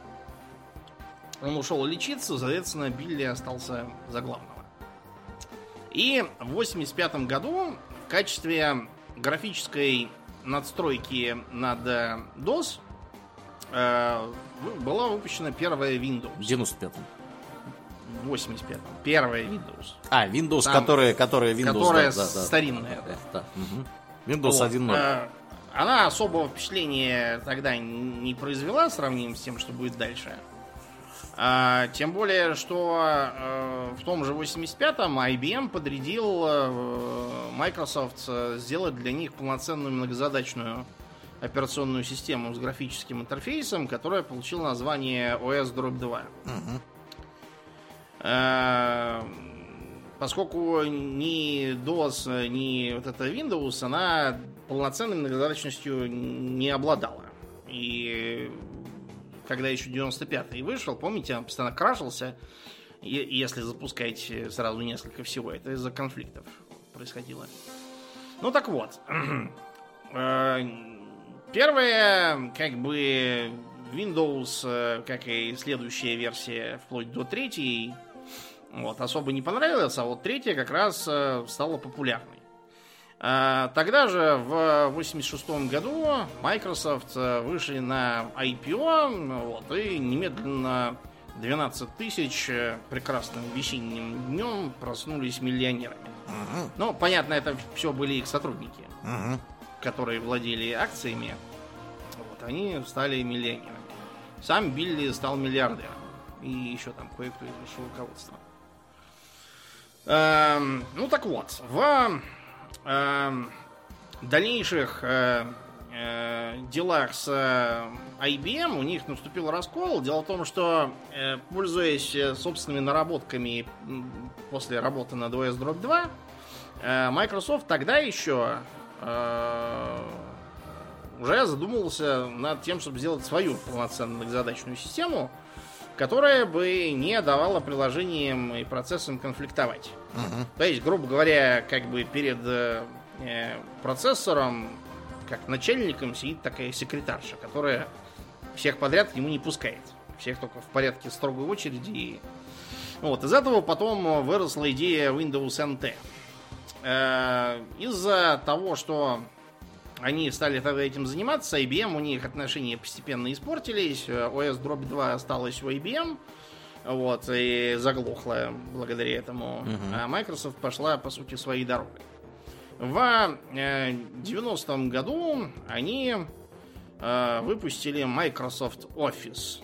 Он ушел лечиться, соответственно, Билли остался за главного. И в восемьдесят пятом году в качестве графической надстройки над дос э, была выпущена первая Windows. В девяносто пятом. В восемьдесят пятом. Первая Windows. А, Windows, Там, которая, которая Windows. Которая да, да, старинная. Да, да, да. Угу. Windows вот. один ноль. Э, она особого впечатления тогда не произвела, сравним с тем, что будет дальше. А, тем более, что э, в том же восемьдесят пятом ай би эм подрядил э, Microsoft сделать для них полноценную многозадачную операционную систему с графическим интерфейсом, которая получила название о эс два. Uh-huh. Э, поскольку ни дос, ни вот эта Windows, она полноценной многозадачностью не обладала. И И когда еще девяносто пятый вышел, помните, он постоянно крашился, если запускать сразу несколько всего. Это из-за конфликтов происходило. Ну так вот. Первая, как бы, Windows, как и следующая версия, вплоть до третьей, вот, особо не понравилась, а вот третья как раз стала популярной. Тогда же, в восемьдесят шестом году, Microsoft вышли на ай пи о, вот, и немедленно двенадцать тысяч прекрасным весенним днем проснулись миллионерами. Uh-huh. Ну, понятно, это все были их сотрудники, uh-huh. которые владели акциями. Вот, они стали миллионерами. Сам Билли стал миллиардером. И еще там кое-кто из высшего руководства. Эм, ну, так вот, в э, дальнейших э, э, делах с э, ай би эм у них наступил раскол. Дело в том, что, э, пользуясь собственными наработками после работы над о эс два, э, Microsoft тогда еще э, уже задумывался над тем, чтобы сделать свою полноценную многозадачную систему, которая бы не давала приложениям и процессам конфликтовать. Uh-huh. То есть, грубо говоря, как бы перед э, процессором, как начальником, сидит такая секретарша, которая всех подряд к нему не пускает. Всех только в порядке строгой очереди. Вот. Из этого потом выросла идея Windows эн ти. Э, из-за того, что они стали тогда этим заниматься, ай би эм, у них отношения постепенно испортились, о эс два осталось у ай би эм, вот, и заглохла благодаря этому, uh-huh. а Microsoft пошла, по сути, своей дорогой. В э, девяностом году они э, выпустили Microsoft Office,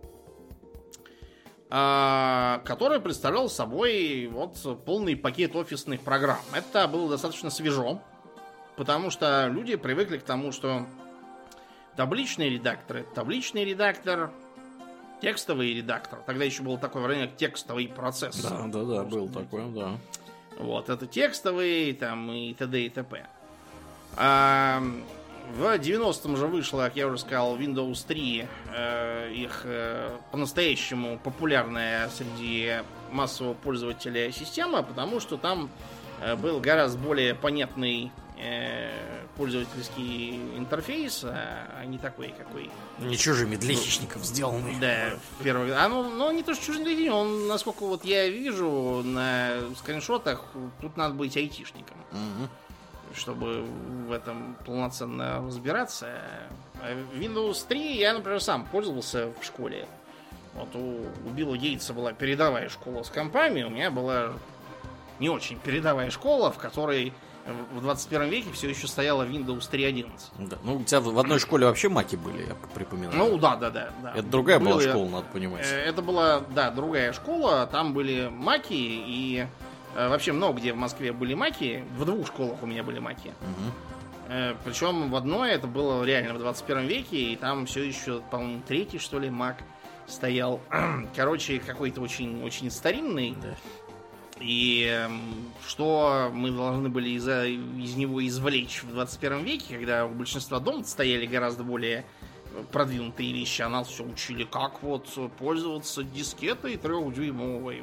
э, который представлял собой вот полный пакет офисных программ. Это было достаточно свежо, потому что люди привыкли к тому, что табличный редактор — это табличный редактор, текстовый редактор. Тогда еще был такой вариант, как текстовый процессор. Да, да, да, был такой, да. Вот, это текстовый, там, и т.д. и т.п. А в девяностом же вышла, как я уже сказал, Windows три, э, их э, по-настоящему популярная среди массового пользователя система, потому что там э, был гораздо более понятный пользовательский интерфейс, а не такой, какой. Не чужими для хищников сделанный. Да, первый. А ну, ну не то, что чужими для хищников, он, насколько вот я вижу на скриншотах, тут надо быть айтишником, угу. чтобы в этом полноценно разбираться. А Windows три я, например, сам пользовался в школе. Вот у, у Билла Гейтса была передовая школа с компами, у меня была не очень передовая школа, в которой в двадцать первом веке все еще стояла Windows три точка одиннадцать. Да. Ну, у тебя в одной школе вообще маки были, я припоминаю. Ну, да, да, да. да. Это другая были, была школа, надо понимать. Это была, да, другая школа. Там были маки, и э, вообще много где в Москве были маки. В двух школах у меня были маки. Угу. Э, причем в одной это было реально в двадцать первом веке, и там все еще, по-моему, третий, что ли, мак стоял. Короче, какой-то очень, очень старинный. Да. И э, что мы должны были из, из него извлечь в двадцать первом веке, когда у большинства домов стояли гораздо более продвинутые вещи, а нас все учили, как вот пользоваться дискетой трехдюймовой.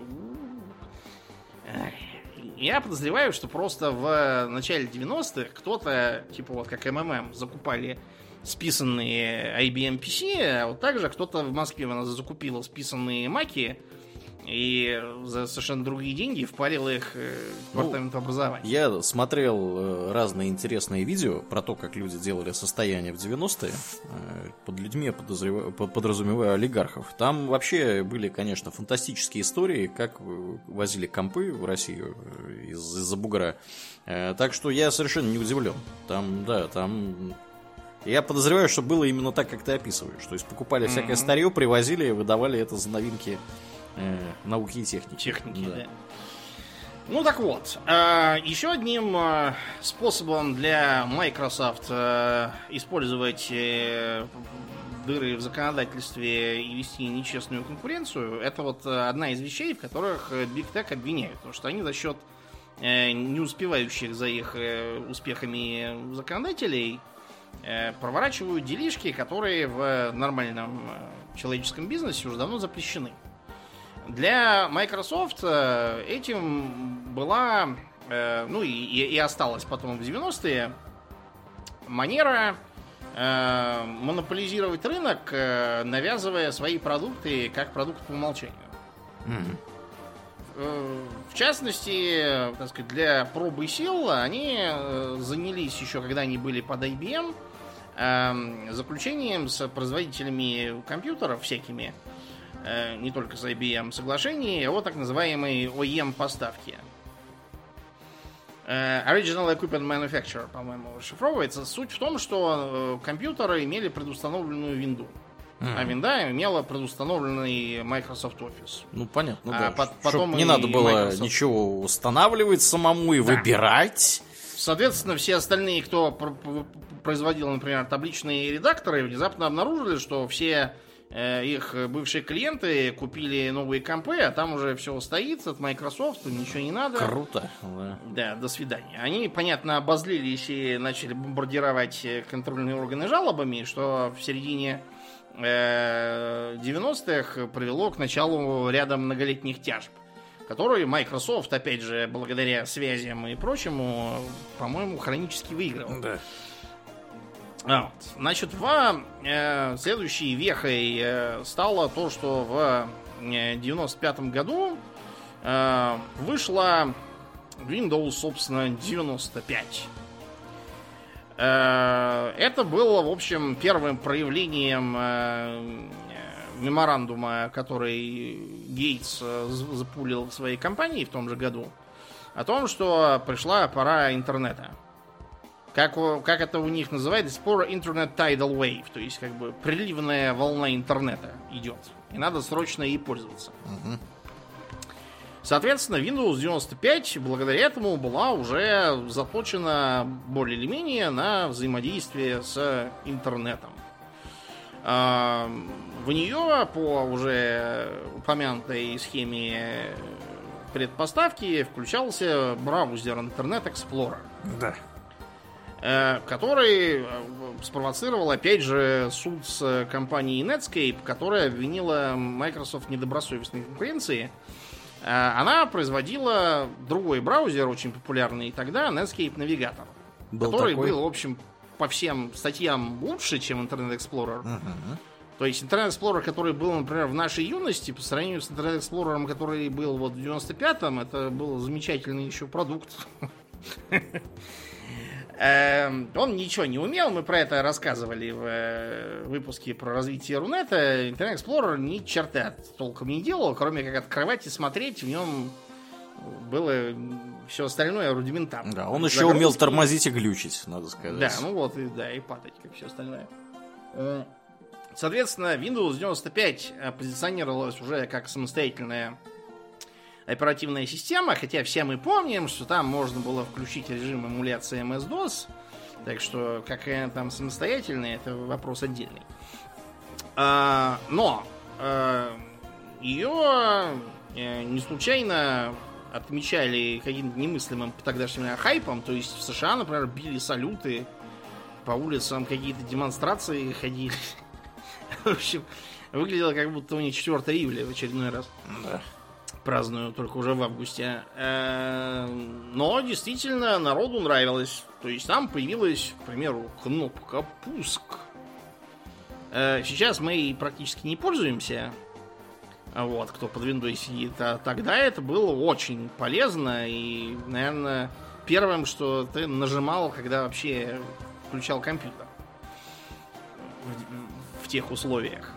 Я подозреваю, что просто в начале девяностых кто-то, типа вот как эм эм эм, закупали списанные ай би эм пи си, а вот также кто-то в Москве закупил списанные маки и за совершенно другие деньги впарил их в департамент ну, образования. Я смотрел разные интересные видео про то, как люди делали состояние в девяностые. Под людьми я подразумеваю олигархов. Там вообще были, конечно, фантастические истории, как возили компы в Россию из- из-за бугра. Так что я совершенно не удивлен. Там, да, там... Я подозреваю, что было именно так, как ты описываешь. То есть покупали mm-hmm. всякое старье, привозили, выдавали это за новинки э, науки и техники. Техники, да. да. Ну так вот, э, еще одним э, способом для Microsoft э, использовать э, дыры в законодательстве и вести нечестную конкуренцию, это вот одна из вещей, в которых Big Tech обвиняют. Потому что они за счет э, не успевающих за их э, успехами законодателей э, проворачивают делишки, которые в нормальном э, человеческом бизнесе уже давно запрещены. Для Microsoft э, этим была, э, ну и, и осталась потом в девяностые, манера э, монополизировать рынок, э, навязывая свои продукты как продукт по умолчанию. Mm-hmm. Э, в частности, так сказать, для пробы сил они э, занялись еще, когда они были под ай би эм, э, заключением с производителями компьютеров всякими, э, не только с ай би эм, соглашений о так называемой о и эм-поставке. Original Equipment Manufacturer, по-моему, расшифровывается. Суть в том, что компьютеры имели предустановленную винду. Mm-hmm. А винда имела предустановленный Microsoft Office. Ну, понятно, а да. По- потом не надо было Microsoft... ничего устанавливать самому и да. выбирать. Соответственно, все остальные, кто производил, например, табличные редакторы, внезапно обнаружили, что все их бывшие клиенты купили новые компы, а там уже все стоит от Microsoft, ничего не надо. Круто. Да, да до свидания. Они, понятно, обозлились и начали бомбардировать контрольные органы жалобами, что в середине девяностых привело к началу ряда многолетних тяжб, которые Microsoft, опять же, благодаря связям и прочему, по-моему, хронически выигрывал. Да. Вот. Значит, в э, следующей вехой э, стало то, что в э, девяносто пятом году э, вышла Windows, собственно, девяносто пять. Э, это было, в общем, первым проявлением э, меморандума, который Гейтс э, запулил в своей компании в том же году, о том, что пришла пора интернета. Как, как это у них называется, спор Internet Tidal Wave, то есть как бы приливная волна интернета идет. И надо срочно ей пользоваться. Uh-huh. Соответственно, Windows девяносто пять благодаря этому была уже заточена более или менее на взаимодействие с интернетом. В нее по уже упомянутой схеме предпоставки включался браузер Internet Explorer. Да. Который спровоцировал, опять же, суд с компанией Netscape, которая обвинила Microsoft в недобросовестной конкуренции. Она производила другой браузер, очень популярный тогда, Netscape Navigator, был который такой? был, в общем, по всем статьям лучше, чем Internet Explorer. Uh-huh. То есть Internet Explorer, который был, например, в нашей юности, по сравнению с Internet Explorer, который был вот в девяносто пятом, это был замечательный еще продукт. Он ничего не умел, мы про это рассказывали в выпуске про развитие Рунета. Internet Explorer ни черта толком не делал, кроме как открывать и смотреть. В нем было все остальное рудиментарно. Да, он еще загрузки. Умел тормозить и глючить, надо сказать. Да, ну вот, и, да, и падать, как все остальное. Соответственно, Windows девяносто пять позиционировалась уже как самостоятельная оперативная система, хотя все мы помним, что там можно было включить режим эмуляции эм эс-дос, так что какая она там самостоятельная, это вопрос отдельный. А, но а, ее не случайно отмечали каким-то немыслимым по тогдашним временам хайпом, то есть в США, например, били салюты, по улицам какие-то демонстрации ходили. В общем, выглядело, как будто у них четвёртого июля в очередной раз. Да. Праздную только уже в августе. Но действительно народу нравилось. То есть там появилась, к примеру, кнопка пуск. Сейчас мы ей практически не пользуемся. Вот, кто под Windows сидит. А тогда это было очень полезно. И, наверное, первым, что ты нажимал, когда вообще включал компьютер. В, в тех условиях.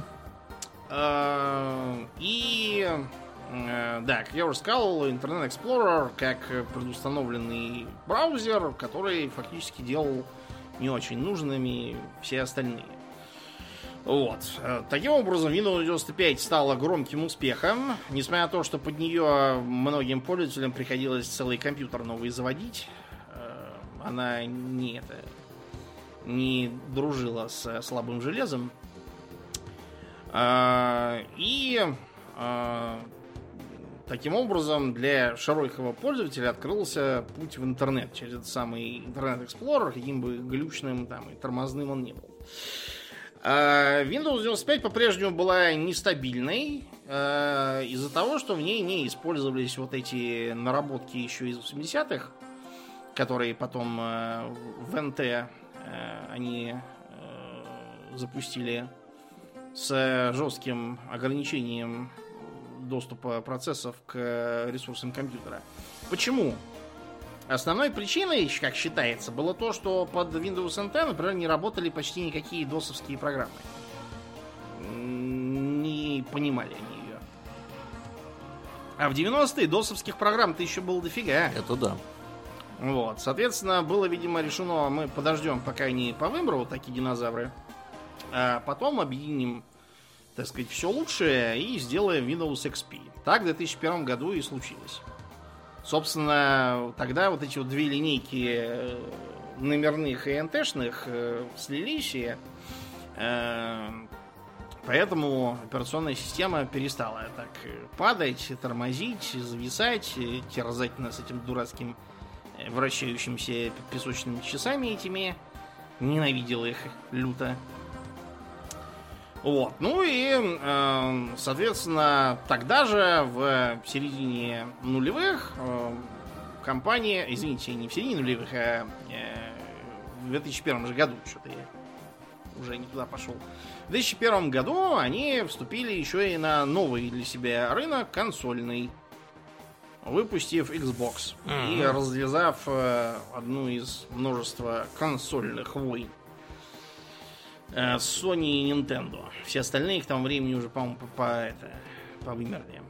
Uh-huh. И... Да, как я уже сказал, Internet Explorer как предустановленный браузер, который фактически делал не очень нужными все остальные. Вот. Таким образом, Windows девяносто пять стала громким успехом, несмотря на то, что под нее многим пользователям приходилось целый компьютер новый заводить. Она не, это, не дружила с слабым железом. И... таким образом для широкого пользователя открылся путь в интернет через этот самый Internet Explorer, каким бы глючным там и тормозным он не был. Windows девяносто пять по-прежнему была нестабильной э, из-за того, что в ней не использовались вот эти наработки еще из восьмидесятых, которые потом э, в эн тэ э, они э, запустили с жестким ограничением доступа процессов к ресурсам компьютера. Почему? Основной причиной, как считается, было то, что под Windows эн тэ, например, не работали почти никакие досовские программы. Не понимали они ее. А в девяностые досовских программ-то еще было дофига. Это да. Вот, соответственно, было, видимо, решено, мы подождем, пока они повымрут, такие динозавры, а потом объединим, так сказать, все лучшее и сделаем Windows икс пи. Так в две тысячи первом году и случилось. Собственно, тогда вот эти вот две линейки номерных и эн тэ-шных слились, и э, поэтому операционная система перестала так падать, тормозить, зависать, терзать нас этим дурацким вращающимся песочными часами этими. Ненавидел их люто. Вот. Ну и, э, соответственно, тогда же, в середине нулевых, э, компания, извините, не в середине нулевых, а э, в две тысячи первом же году, что-то я уже не туда пошел. В две тысячи первом году они вступили еще и на новый для себя рынок, консольный, выпустив Xbox mm-hmm. и развязав э, одну из множества консольных войн Sony и Nintendo. Все остальные к тому времени уже, по-моему, по, по, это, повымерли.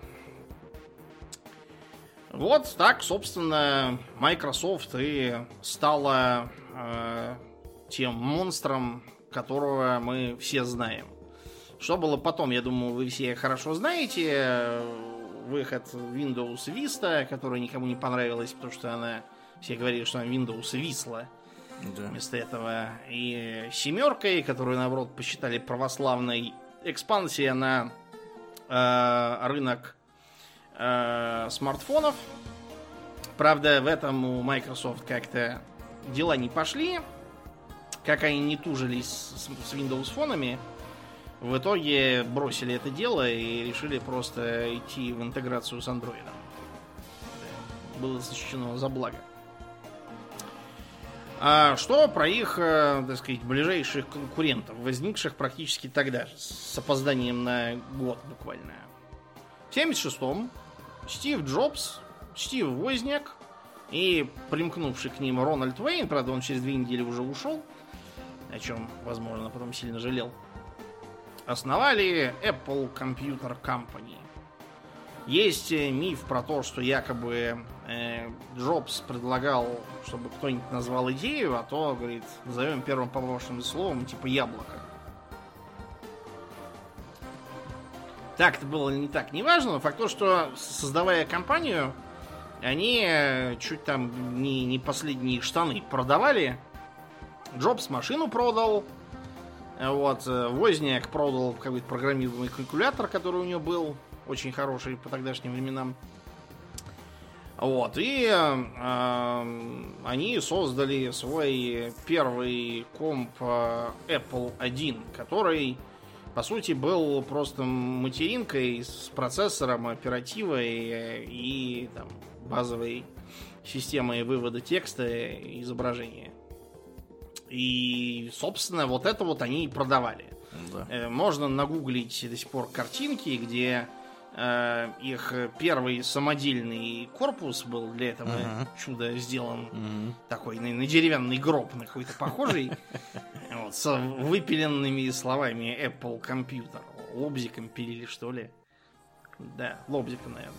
Вот так, собственно, Microsoft и стала э, тем монстром, которого мы все знаем. Что было потом, я думаю, вы все хорошо знаете. Выход Windows Vista, которая никому не понравилась, потому что она... Все говорили, что она Windows Висла. Да. Вместо этого и семеркой, которую, наоборот, посчитали православной, экспансия на э, рынок э, смартфонов. Правда, в этом у Microsoft как-то дела не пошли. Как они не тужились с, с Windows фонами, в итоге бросили это дело и решили просто идти в интеграцию с Android. Было сочтено за благо. А что про их, так сказать, ближайших конкурентов, возникших практически тогда же, с опозданием на год буквально. В семьдесят шестом Стив Джобс, Стив Возняк и примкнувший к ним Рональд Уэйн, правда, он через две недели уже ушел, о чем, возможно, потом сильно жалел, основали Apple Computer Company. Есть миф про то, что якобы э, Джобс предлагал, чтобы кто-нибудь назвал идею, а то, говорит, назовем первым попавшим словом типа яблоко. Так это было или не так, неважно, но факт то, что создавая компанию, они чуть там не, не последние штаны продавали. Джобс машину продал. Вот, Возняк продал какой-то программируемый калькулятор, который у него был. Очень хороший по тогдашним временам. Вот. И э, они создали свой первый комп Apple один, который, по сути, был просто материнкой с процессором, оперативой и там, базовой системой вывода текста и изображения. И, собственно, вот это вот они и продавали. Да. Можно нагуглить до сих пор картинки, где э, их первый самодельный корпус был для этого uh-huh. чуда сделан uh-huh. такой на, на деревянный гроб, на какой-то похожий, вот, с выпиленными словами Apple Computer. Лобзиком пилили, что ли? Да, лобзиком, наверное.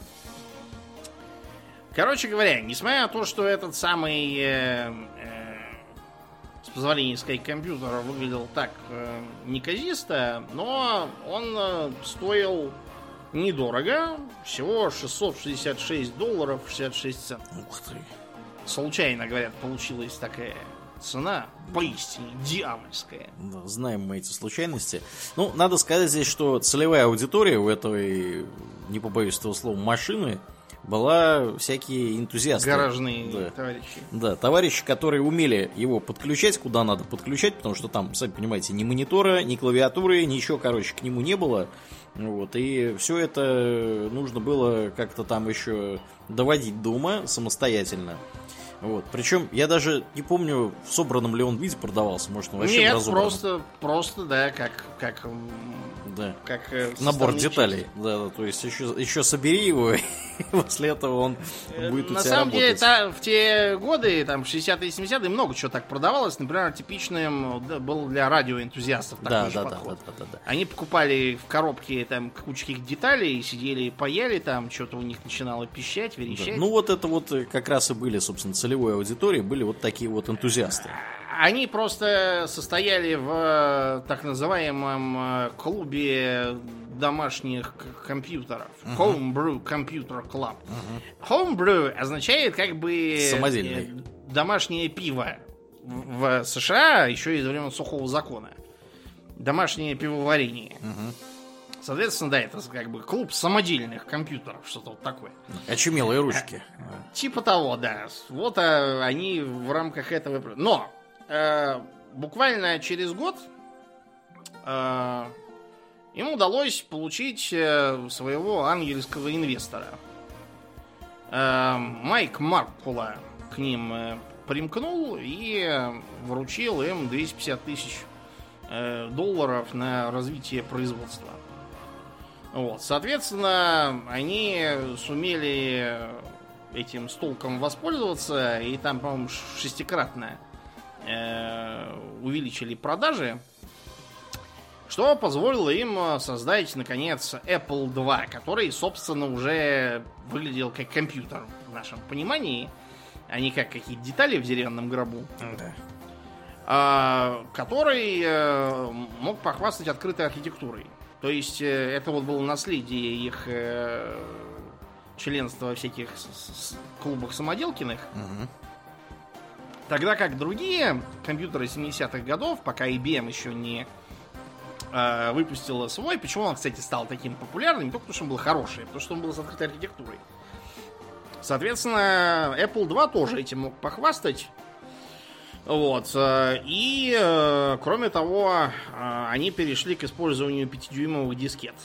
Короче говоря, несмотря на то, что этот самый... Э, э, с позволения сказать, компьютер выглядел так э, неказисто, но он э, стоил недорого, всего шестьсот шестьдесят шесть долларов шестьдесят шесть центов. Ух ты. Случайно, говорят, получилась такая цена, поистине дьявольская. Да, знаем мы эти случайности. Ну, надо сказать здесь, что целевая аудитория у этой не побоюсь этого слова, машины, была всякие энтузиасты. Гаражные да. товарищи. Да, товарищи, которые умели его подключать, куда надо подключать, потому что там, сами понимаете, ни монитора, ни клавиатуры, ничего, короче, к нему не было. Вот, и все это нужно было как-то там еще доводить до ума самостоятельно. Вот. Причем я даже не помню, в собранном ли он виде продавался, может, он вообще Нет, разобранном. просто, просто, да, как, как, да. как набор деталей. Да, да, то есть еще, еще собери его, и после этого он будет у На тебя самом работать. деле, та, в те годы, там, шестидесятые и семидесятые, много чего так продавалось. Например, типичным да, был для радиоэнтузиастов такой Да, же да, да, подход. да, да, да. Они покупали в коробке там кучки деталей, сидели, паяли там, что-то у них начинало пищать, верещать. Да. Ну вот это вот как раз и были, собственно, целевой аудиторией, были вот такие вот энтузиасты. Они просто состояли в так называемом клубе домашних компьютеров. Uh-huh. Homebrew Computer Club. Uh-huh. Homebrew означает как бы самодельный. Домашнее пиво. В США еще из времен сухого закона. Домашнее пивоварение. Uh-huh. Соответственно, да, это как бы клуб самодельных компьютеров, что-то вот такое. Очумелые ручки. Типа того, да. Вот а, они в рамках этого... Но э, буквально через год э, им удалось получить э, своего ангельского инвестора. Э, Майк Маркула к ним э, примкнул и вручил им двести пятьдесят тысяч э, долларов на развитие производства. Вот, соответственно, они сумели этим с толком воспользоваться, и там, по-моему, шестикратно э, увеличили продажи, что позволило им создать, наконец, Apple два, который, собственно, уже выглядел как компьютер в нашем понимании, а не как какие-то детали в деревянном гробу. Да. А, который э, мог похвастать открытой архитектурой. То есть э, это вот было наследие их э, членства во всяких с- с- клубах самоделкиных. Угу. Тогда как другие компьютеры семидесятых годов, пока ай би эм еще не э, выпустила свой, почему он, кстати, стал таким популярным, не только потому, что он был хороший, а потому что он был с открытой архитектурой. Соответственно, Apple два тоже этим мог похвастать. Вот. И, кроме того, они перешли к использованию пятидюймовых дискет.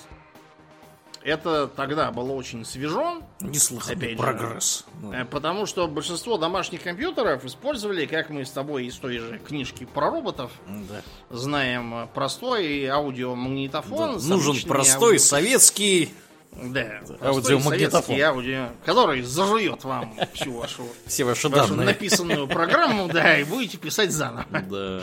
Это тогда было очень свежо. Неслыханный прогресс. Же, потому что большинство домашних компьютеров использовали, как мы с тобой из той же книжки про роботов да. знаем, простой аудиомагнитофон. Да. Нужен простой аудио... советский... Да, аудиомагнитофон, аудио, который зажует вам всю вашу, все ваши вашу данные. написанную программу, да, и будете писать заново. Да.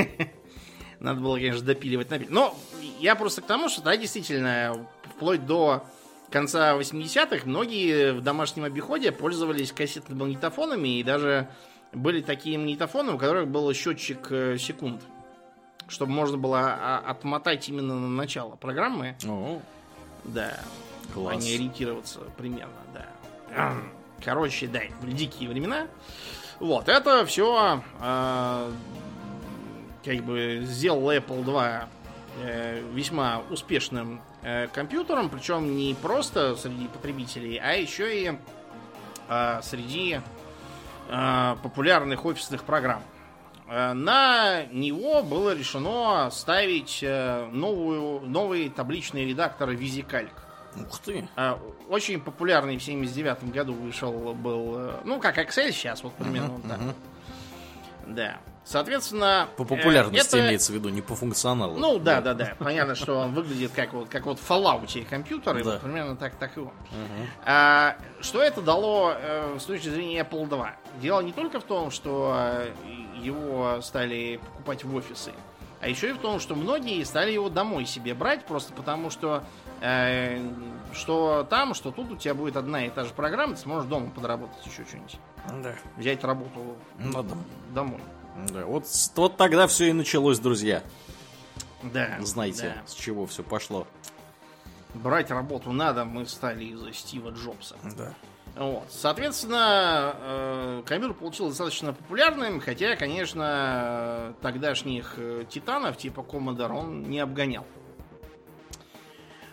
Надо было, конечно, допиливать. Но я просто к тому, что да, действительно, вплоть до конца восьмидесятых многие в домашнем обиходе пользовались кассетными магнитофонами, и даже были такие магнитофоны, у которых был счетчик секунд, чтобы можно было отмотать именно на начало программы. О, да. класс. А не ориентироваться примерно, да. Короче, да, были дикие времена. Вот, это все э, как бы сделал Apple два э, весьма успешным э, компьютером, причем не просто среди потребителей, а еще и э, среди э, популярных офисных программ. Э, на него было решено ставить э, новую, новый табличный редактор VisiCalc. Ух ты. Очень популярный в семьдесят девятом году вышел был, ну, как Excel сейчас, вот примерно uh-huh, вот так. Uh-huh. Да. Соответственно... По популярности это... имеется в виду, не по функционалу. Ну, да, да, да. Понятно, что он выглядит как вот, как вот в Fallout компьютеры, да. вот примерно так, так и он. Uh-huh. А, что это дало э, с точки зрения Apple два? Дело не только в том, что э, его стали покупать в офисы, а еще и в том, что многие стали его домой себе брать, просто потому что э, что там, что тут у тебя будет одна и та же программа, ты сможешь дома подработать еще что-нибудь. Да. Взять работу на дом. домой. Да, вот, вот тогда все и началось, друзья. Да. Знаете, да. с чего все пошло. Брать работу надо, мы стали из-за Стива Джобса. Да. Вот. Соответственно, э, компьютер получился достаточно популярным, хотя, конечно, тогдашних титанов типа Commodore он не обгонял.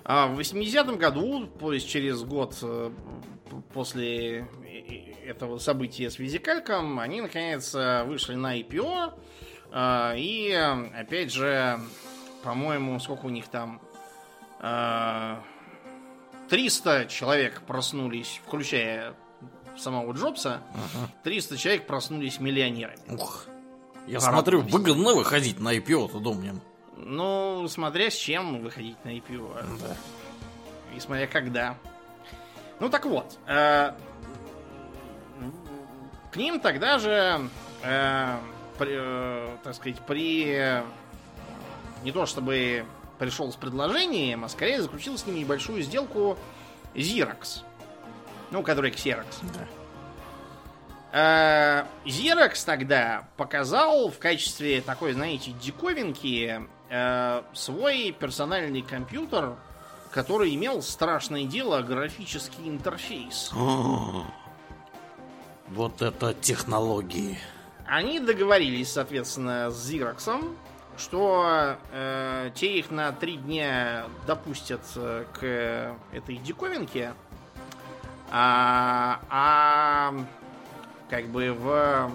А в восьмидесятом году, то есть через год после этого события с Визикальком, они наконец вышли на ай пи о. И опять же, по-моему, сколько у них там, триста человек проснулись, включая самого Джобса, триста человек проснулись миллионерами. Ух, я Пора смотрю, выгодно выходить на ай пи о, туда мне. Ну, смотря с чем выходить на ай пи о. Да. И смотря когда. Ну так вот, э, к ним тогда же, э, при, э, так сказать, при э, не то чтобы пришел с предложением, а скорее заключил с ними небольшую сделку Xerox, ну, который Xerox. Да. Э, Xerox тогда показал в качестве такой, знаете, диковинки э, свой персональный компьютер, который имел страшное дело графический интерфейс. О, вот это технологии. Они договорились, соответственно, с Xerox, что э, те их на три дня допустят к этой диковинке, а, а как бы в э,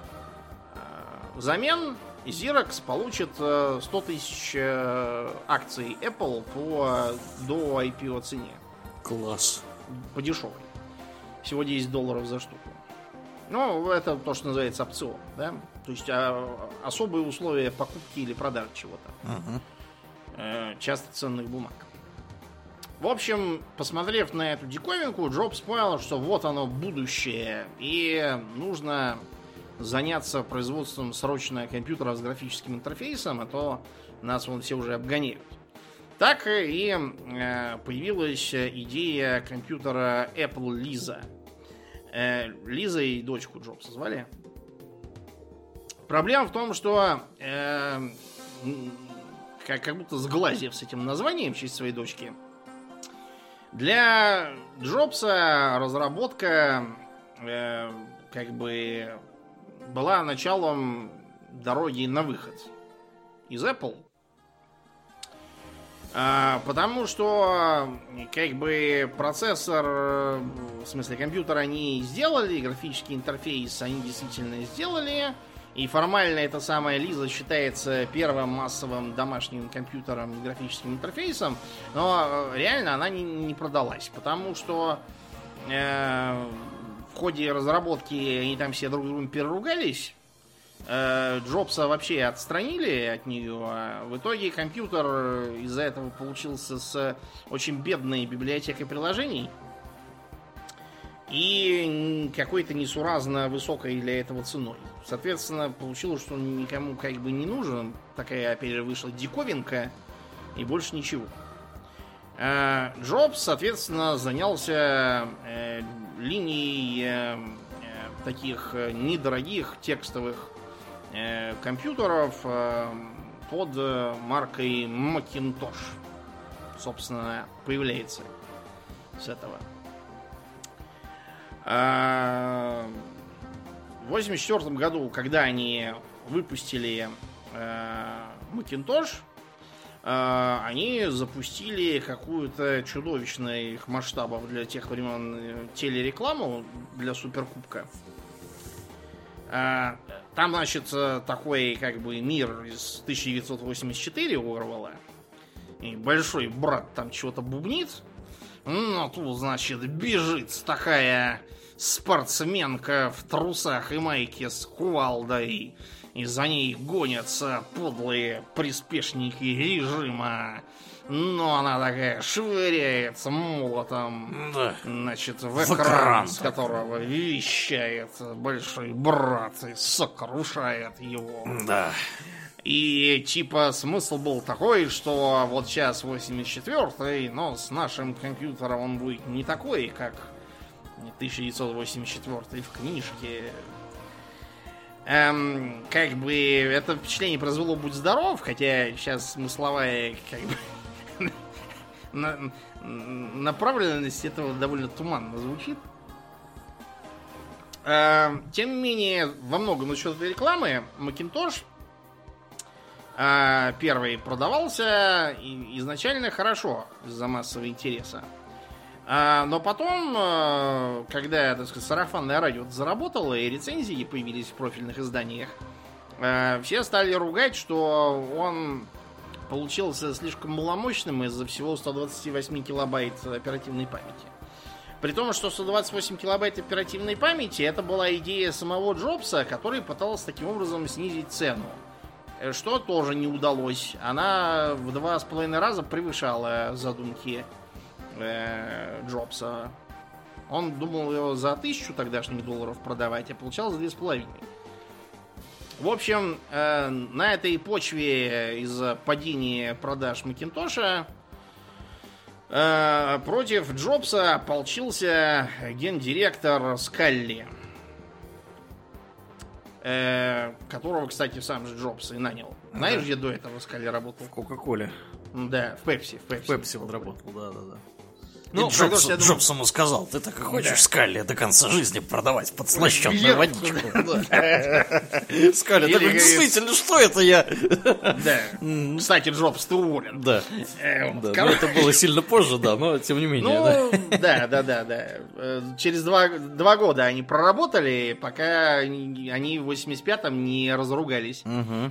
взамен Xerox получит сто тысяч акций Apple по до ай пи о цене. Класс. По дешевой. Всего десять долларов за штуку. Ну, это то, что называется опцион, да? То есть а, особые условия покупки или продажи чего-то. Uh-huh. Э, часто ценных бумаг. В общем, посмотрев на эту диковинку, Джобс понял, что вот оно будущее. И нужно заняться производством срочно компьютеров с графическим интерфейсом, а то нас вон все уже обгоняют. Так и э, появилась идея компьютера Apple Lisa. Э, Лиза и дочку Джобса звали. Проблема в том, что э, как, как будто сглазив с этим названием в честь своей дочки, для Джобса разработка э, как бы была началом дороги на выход из Apple. А, потому что как бы процессор, в смысле компьютер они сделали, графический интерфейс они действительно сделали, и формально эта самая Лиза считается первым массовым домашним компьютером с графическим интерфейсом, но реально она не, не продалась, потому что э, в ходе разработки они там все друг с другом переругались. Джобса вообще отстранили от нее. А в итоге компьютер из-за этого получился с очень бедной библиотекой приложений и какой-то несуразно высокой для этого ценой. Соответственно, получилось, что он никому как бы не нужен. Такая, опять же, вышла диковинка и больше ничего. Джобс, соответственно, занялся э, линией э, таких недорогих текстовых э, компьютеров э, под маркой Macintosh. Собственно, появляется с этого. В восемьдесят четвёртом году, когда они выпустили э, Macintosh, э, они запустили какую-то чудовищных масштабов для тех времен телерекламу для Суперкубка. Э, там, значит, такой как бы мир из тысяча девятьсот восемьдесят четыре Орвелла. И большой брат там чего-то бубнит. Ну, тут, значит, бежит такая спортсменка в трусах и майке с кувалдой. И за ней гонятся подлые приспешники режима. Но она такая швыряется молотом, да. Значит, в экран, в экран, с которого вещает большой брат и сокрушает его. Да. И типа смысл был такой, что вот сейчас восемьдесят четвёртый, но с нашим компьютером он будет не такой, как тысяча девятьсот восемьдесят четвёртый в книжке. Эм, как бы это впечатление произвело «Будь здоров», хотя сейчас смысловая как бы на, направленность этого довольно туманно звучит. Эм, тем не менее, во многом насчет этой рекламы Macintosh А первый продавался изначально хорошо из-за массового интереса. А, но потом, когда, так сказать, сарафанное радио заработало и рецензии появились в профильных изданиях, все стали ругать, что он получился слишком маломощным из-за всего сто двадцать восемь килобайт оперативной памяти. При том, что сто двадцать восемь килобайт оперативной памяти это была идея самого Джобса, который пытался таким образом снизить цену. Что тоже не удалось. Она в два с половиной раза превышала задумки э, Джобса. Он думал его за тысячу тогдашних долларов продавать, а получал за две с половиной. В общем, э, на этой почве из-за падения продаж Макинтоша э, против Джобса ополчился гендиректор Скалли, э, которого, кстати, сам же Джобс и нанял. Знаешь, да. Где до этого Скалли работал? В Кока-Коле. Да, в Пепси. В Пепси, в Пепси он работал, да-да-да. Ну, и Джобс, думаю... Джобс ему сказал, ты так и хочешь да. Скалли до конца жизни продавать подслащенную водичку. Скалли, так действительно, что это я? Да. Кстати, Джобс, ты уволен. Да. Это было сильно позже, да, но тем не менее. Ну, да, да, да, да. Через два года они проработали, пока они в восемьдесят пятом не разругались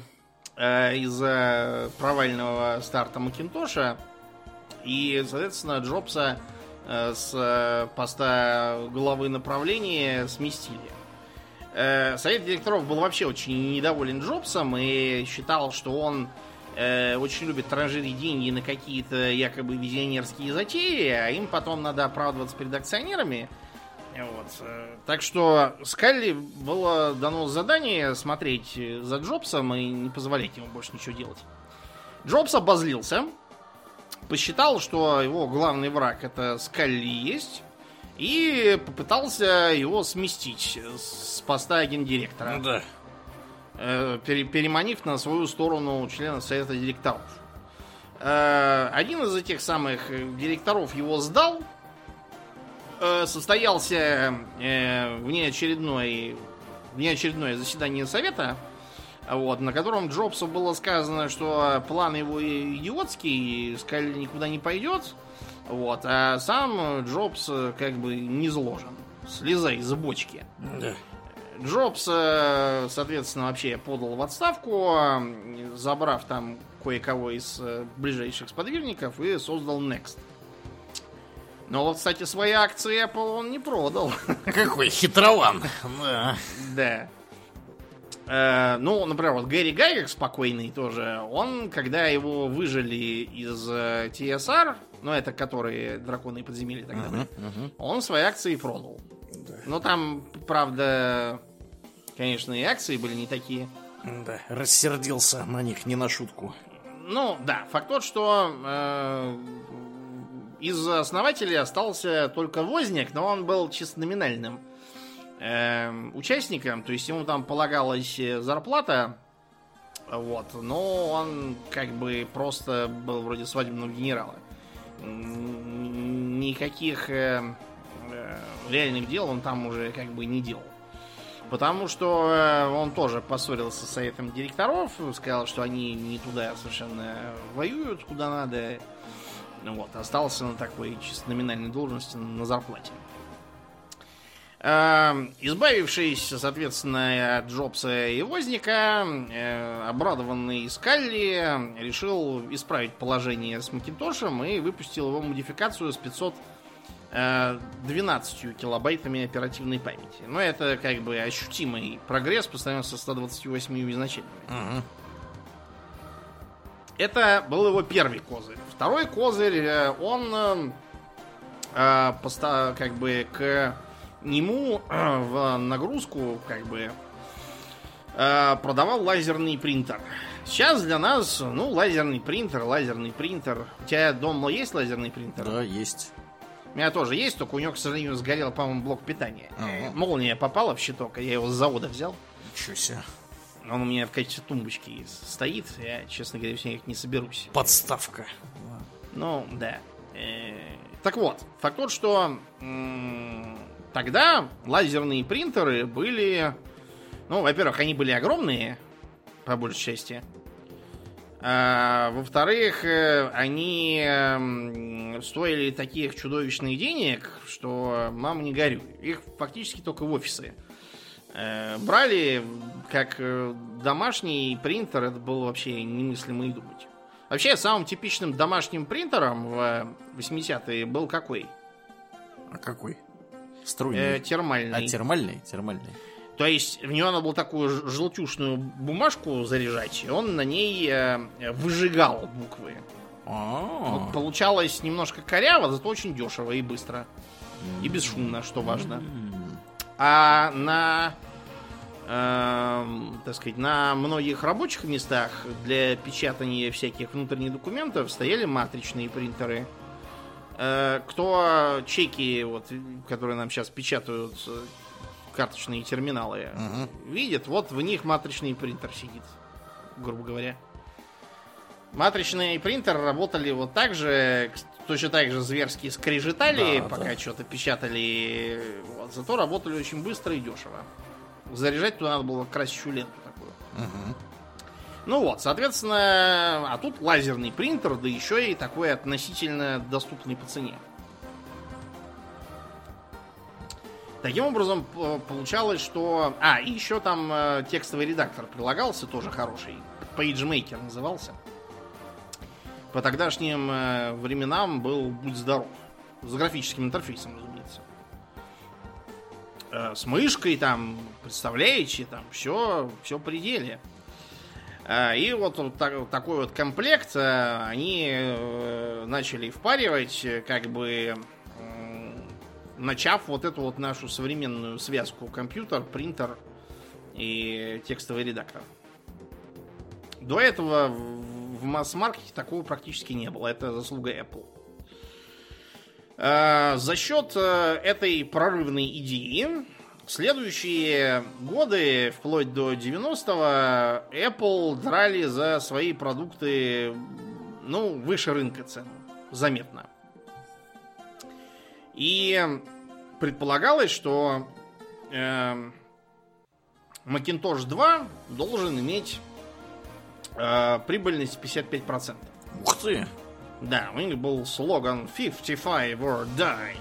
из-за провального старта Макинтоша. И, соответственно, Джобса э, с поста главы направления сместили. Э, Совет директоров был вообще очень недоволен Джобсом и считал, что он э, очень любит транжирить деньги на какие-то якобы визионерские затеи, а им потом надо оправдываться перед акционерами. Вот. Так что Скалли было дано задание смотреть за Джобсом и не позволять ему больше ничего делать. Джобс обозлился, посчитал, что его главный враг это Скалли есть, и попытался его сместить с поста гендиректора. Ну да. Пере- переманив на свою сторону члена совета директоров. Один из этих самых директоров его сдал. Состоялся внеочередной, внеочередное заседание совета, вот, на котором Джобсу было сказано, что план его идиотский, Скалли никуда не пойдет, вот, а сам Джобс как бы не зложен. Слезай из бочки. Да. Джобс, соответственно, вообще подал в отставку, забрав там кое-кого из ближайших сподвижников, и создал Next. Но вот, кстати, свои акции Apple он не продал. Какой хитрован. Да. Да. Э, ну, например, вот Гэри Гайгер спокойный тоже, он, когда его выжили из ти эс ар, ну, это которые драконы и подземелья и так далее, uh-huh, uh-huh. он свои акции продал. Да. Но там, правда, конечно, и акции были не такие. Да, рассердился на них не на шутку. Ну, да, факт тот, что э, из основателей остался только Возняк, но он был чисто номинальным участникам, то есть ему там полагалась зарплата, вот, но он как бы просто был вроде свадебного генерала. Никаких э, реальных дел он там уже как бы не делал. Потому что он тоже поссорился с советом директоров, сказал, что они не туда совершенно воюют, куда надо. Вот, остался на такой чисто номинальной должности на зарплате. Избавившись, соответственно, от Джобса и Возника, обрадованный Скалли решил исправить положение с Макинтошем и выпустил его модификацию с пятьсот двенадцатью килобайтами оперативной памяти. Но это как бы ощутимый прогресс по сравнению со ста двадцатью восьмью изначальными. Uh-huh. Это был его первый козырь. Второй козырь, он как бы к нему в нагрузку как бы продавал лазерный принтер. Сейчас для нас, ну, лазерный принтер, лазерный принтер. У тебя дома есть лазерный принтер? Да, есть. У меня тоже есть, только у него, к сожалению, сгорел, по-моему, блок питания. Ага. Молния попала в щиток, а я его с завода взял. Ничего себе. Он у меня в качестве тумбочки стоит. Я, честно говоря, все никак не соберусь. Подставка. Ну, да. Так вот, факт тот, что тогда лазерные принтеры были... Ну, во-первых, они были огромные, по большей части. А, во-вторых, они стоили таких чудовищных денег, что мама не горюй. Их фактически только в офисы брали, как домашний принтер, это было вообще немыслимо и думать. Вообще, самым типичным домашним принтером в восьмидесятые был какой? А какой? Струйный? Э, термальный. А, термальный? Термальный. То есть в него надо было такую желтюшную бумажку заряжать, и он на ней э, выжигал буквы. Вот получалось немножко коряво, зато очень дешево и быстро. И бесшумно, что важно. А на, э, так сказать, на многих рабочих местах для печатания всяких внутренних документов стояли матричные принтеры. Э, кто чеки, вот, которые нам сейчас печатают, карточные терминалы, угу. видит, вот в них матричный принтер сидит, грубо говоря. Матричные принтеры работали вот так же, точно так же зверски скрежетали, да, пока да. что-то печатали. Вот, зато работали очень быстро и дешево. Заряжать туда надо было красящую ленту такую. Угу. Ну вот, соответственно, а тут лазерный принтер, да еще и такой относительно доступный по цене. Таким образом, получалось, что... А, и еще там э, текстовый редактор прилагался, тоже хороший. PageMaker назывался. По тогдашним э, временам был будь здоров. С графическим интерфейсом, разумеется. Э, с мышкой там, представляете, там все, все в пределе. Э, и вот, вот так, такой вот комплект э, они э, начали впаривать, как бы... начав вот эту вот нашу современную связку компьютер, принтер и текстовый редактор. До этого в масс-маркете такого практически не было. Это заслуга Apple. За счет этой прорывной идеи в следующие годы, вплоть до девяностого, Apple драли за свои продукты, ну, выше рынка цену. Заметно. И предполагалось, что э, Macintosh два должен иметь э, прибыльность пятьдесят пять процентов. Ух ты! Да, у них был слоган пятьдесят пять or die.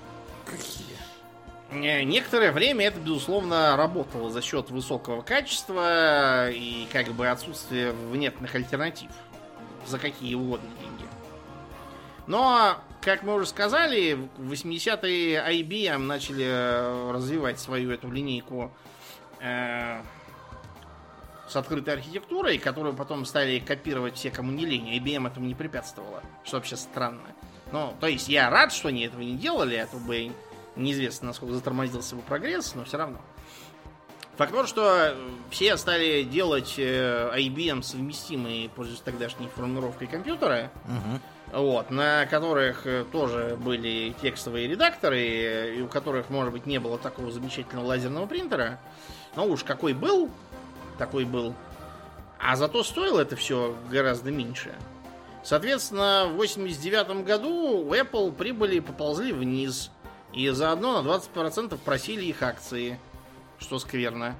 Какие? Некоторое время это, безусловно, работало за счет высокого качества и как бы отсутствия внятных альтернатив. За какие угодно деньги. Но, как мы уже сказали, в восьмидесятые ай би эм начали развивать свою эту линейку э, с открытой архитектурой, которую потом стали копировать все, кому не лень. ай би эм этому не препятствовало, что вообще странно. Ну, то есть я рад, что они этого не делали, а то бы неизвестно, насколько затормозился бы прогресс, но все равно. Факт тот, что все стали делать ай би эм совместимые, пользуясь тогдашней формулировкой компьютера, угу. Вот, на которых тоже были текстовые редакторы, и у которых, может быть, не было такого замечательного лазерного принтера. Но уж какой был, такой был. А зато стоило это все гораздо меньше. Соответственно, в восемьдесят девятом году у Apple прибыли поползли вниз. И заодно на двадцать процентов просили их акции. Что скверно.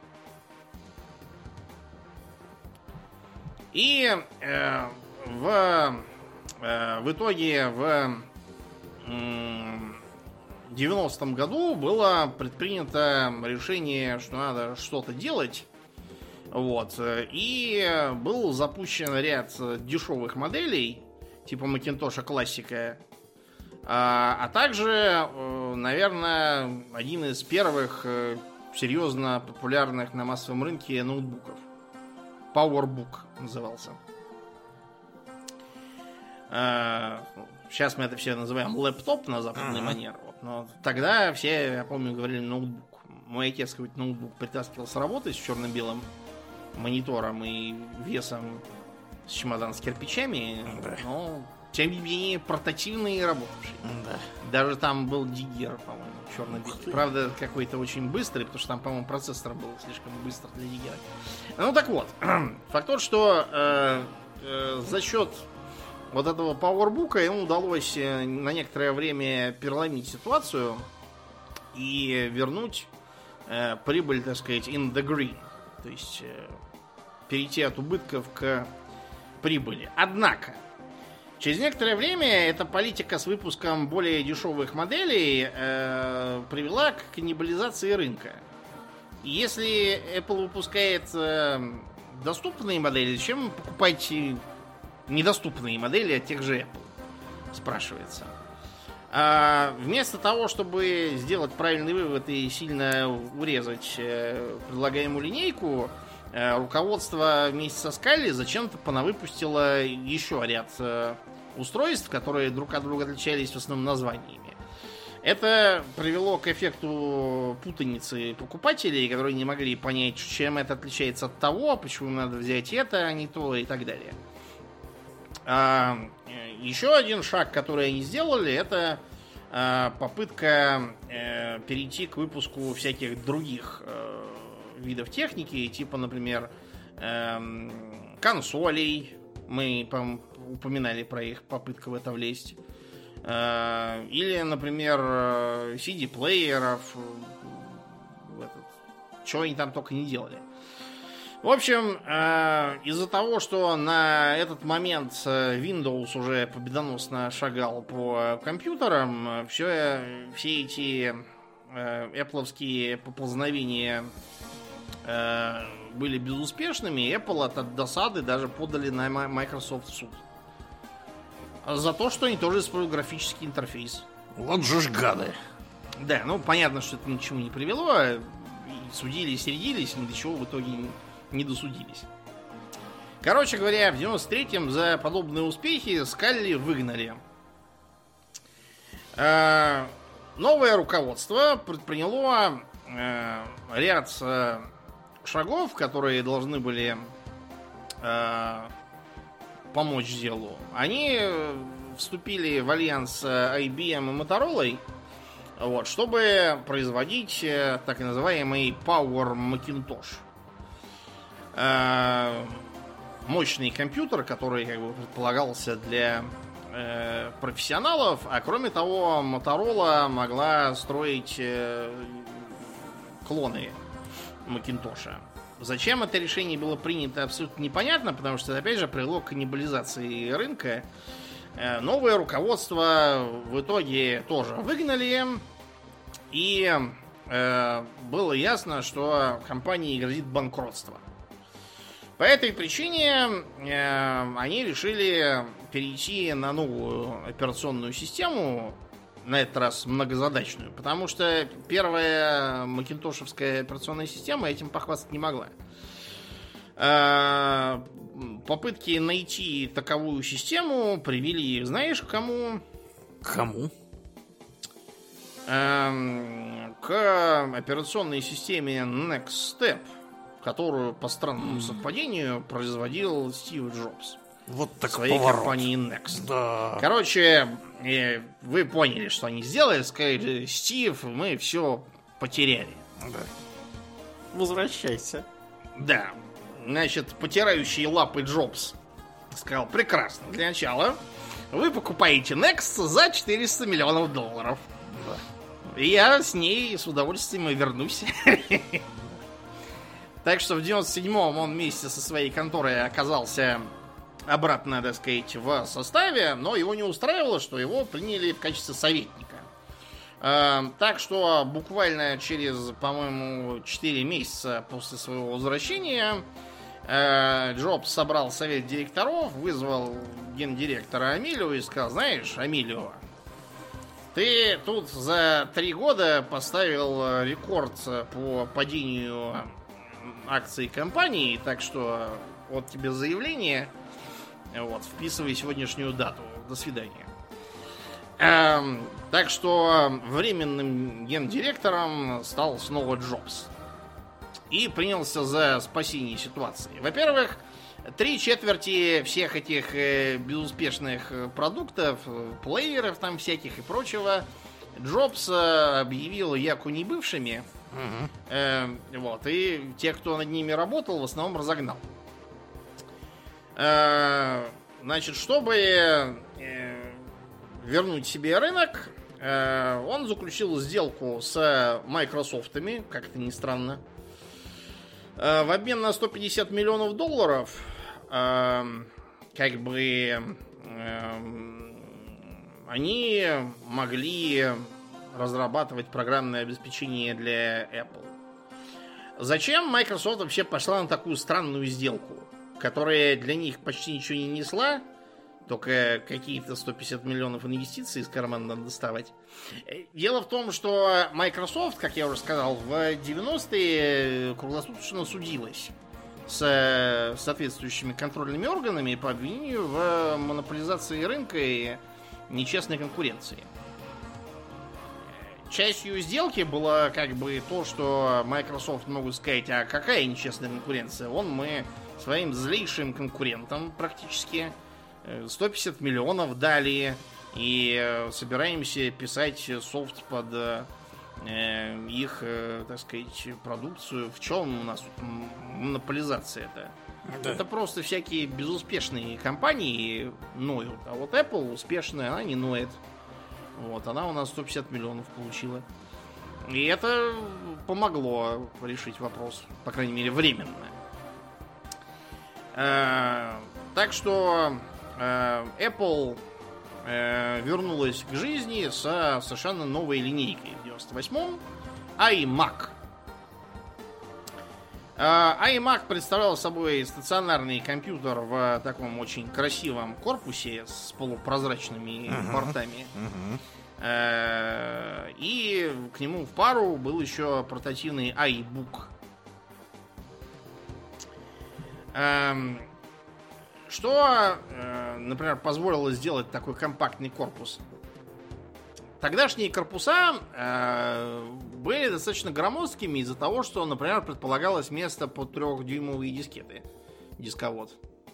И э, в... В итоге в девяностом году было предпринято решение, что надо что-то делать. Вот. И был запущен ряд дешевых моделей, типа Macintosh классика. А, а также, наверное, один из первых серьезно популярных на массовом рынке ноутбуков. PowerBook назывался. Сейчас мы это все называем лэптоп на западный uh-huh. манер. Вот. Но тогда все, я помню, говорили ноутбук. Мой отец какой-то ноутбук притаскивал с работы с черно-белым монитором и весом с чемодан с кирпичами. Uh-huh. Но, тем не менее, портативный и работавший. Uh-huh. Даже там был Диггер, по-моему, черно-белый. Uh-huh. Правда, какой-то очень быстрый, потому что там, по-моему, процессор был слишком быстр для Диггера. Ну так вот. Факт тот, что э, э, за счет вот этого пауэрбука ему удалось на некоторое время переломить ситуацию и вернуть э, прибыль, так сказать, in the green. То есть э, перейти от убытков к прибыли. Однако, через некоторое время эта политика с выпуском более дешевых моделей э, привела к каннибализации рынка. И если Apple выпускает э, доступные модели, зачем покупать недоступные модели от тех же Apple? Спрашивается. А вместо того, чтобы сделать правильный вывод и сильно урезать э, предлагаемую линейку, э, руководство вместе со Scully зачем-то понавыпустило еще ряд э, устройств, которые друг от друга отличались в основном названиями. Это привело к эффекту путаницы покупателей, которые не могли понять, чем это отличается от того, почему им надо взять это, а не то и так далее. А, еще один шаг, который они сделали, это а, попытка а, перейти к выпуску всяких других а, видов техники, типа, например, а, консолей. Мы, по-моему, упоминали про их попытку в это влезть. А, или, например, си ди-плееров. Чего они там только не делали. В общем, из-за того, что на этот момент Windows уже победоносно шагал по компьютерам, все, все эти Apple'овские поползновения были безуспешными, и Apple от досады даже подали на Microsoft в суд. За то, что они тоже используют графический интерфейс. Вот же ж гады. Да, ну понятно, что это ни к чему не привело. Судились, середились, ни до чего в итоге не досудились. Короче говоря, в девяносто третьем за подобные успехи Scully выгнали. Э, новое руководство предприняло э, ряд э, шагов, которые должны были э, помочь делу. Они вступили в альянс ай би эм и Motorola, вот, чтобы производить э, так называемый Power Macintosh. Мощный компьютер, который как бы предполагался для э, профессионалов, а кроме того, Motorola могла строить э, клоны Макинтоша. Зачем это решение было принято, абсолютно непонятно, потому что, опять же, привело к каннибализации рынка. Э, новое руководство в итоге тоже выгнали, и э, было ясно, что компании грозит банкротство. По этой причине э, они решили перейти на новую операционную систему, на этот раз многозадачную, потому что первая макинтошевская операционная система этим похвастать не могла. Э, попытки найти таковую систему привели их, знаешь, к кому? К кому? Э, к операционной системе Next Step, которую, по странному совпадению, производил Стив Джобс. Вот так своей поворот. Компании Next. Да. Короче, вы поняли, что они сделали. Сказали: Стив, мы все потеряли. Да. Возвращайся. Да. Значит, потирающий лапы Джобс сказал: прекрасно, для начала вы покупаете Next за четыреста миллионов долларов. Да. И я с ней с удовольствием и вернусь. Так что в девяносто седьмом он вместе со своей конторой оказался обратно, так сказать, в составе, но его не устраивало, что его приняли в качестве советника. Э, так что буквально через, по-моему, четыре месяца после своего возвращения э, Джобс собрал совет директоров, вызвал гендиректора Амилио и сказал: знаешь, Амилио, ты тут за три года поставил рекорд по падению акций компании, так что вот тебе заявление, вот, вписывай сегодняшнюю дату. До свидания. Эм, так что временным гендиректором стал снова Джобс. И принялся за спасение ситуации. Во-первых, три четверти всех этих э, безуспешных продуктов, плееров там всяких и прочего, Джобс объявил яку не бывшими. Угу. Э, вот, и те, кто над ними работал, в основном разогнал. Э, значит, чтобы э, вернуть себе рынок, э, он заключил сделку с Майкрософтами, как это ни странно. Э, в обмен на сто пятьдесят миллионов долларов э, как бы э, они могли разрабатывать программное обеспечение для Apple. Зачем Microsoft вообще пошла на такую странную сделку, которая для них почти ничего не несла, только какие-то сто пятьдесят миллионов инвестиций из кармана надо доставать? Дело в том, что Microsoft, как я уже сказал, в девяностые круглосуточно судилась с соответствующими контрольными органами по обвинению в монополизации рынка и нечестной конкуренции. Частью сделки было как бы то, что Microsoft могут сказать, а какая нечестная конкуренция? Вон мы своим злейшим конкурентам практически сто пятьдесят миллионов дали и собираемся писать софт под э, их, э, так сказать, продукцию. В чем у нас монополизация-то? Да. Это просто всякие безуспешные компании ноют, а вот Apple успешная, она не ноет. Вот, она у нас сто пятьдесят миллионов получила. И это помогло решить вопрос, по крайней мере, временно. Э, так что э, Apple э, вернулась к жизни со совершенно новой линейкой в девяносто восьмом iMac. iMac представлял собой стационарный компьютер в таком очень красивом корпусе с полупрозрачными uh-huh. бортами. Uh-huh. И к нему в пару был еще портативный iBook. Что, например, позволило сделать такой компактный корпус? Тогдашние корпуса э, были достаточно громоздкими из-за того, что, например, предполагалось место под трехдюймовые дискеты. Дисковод.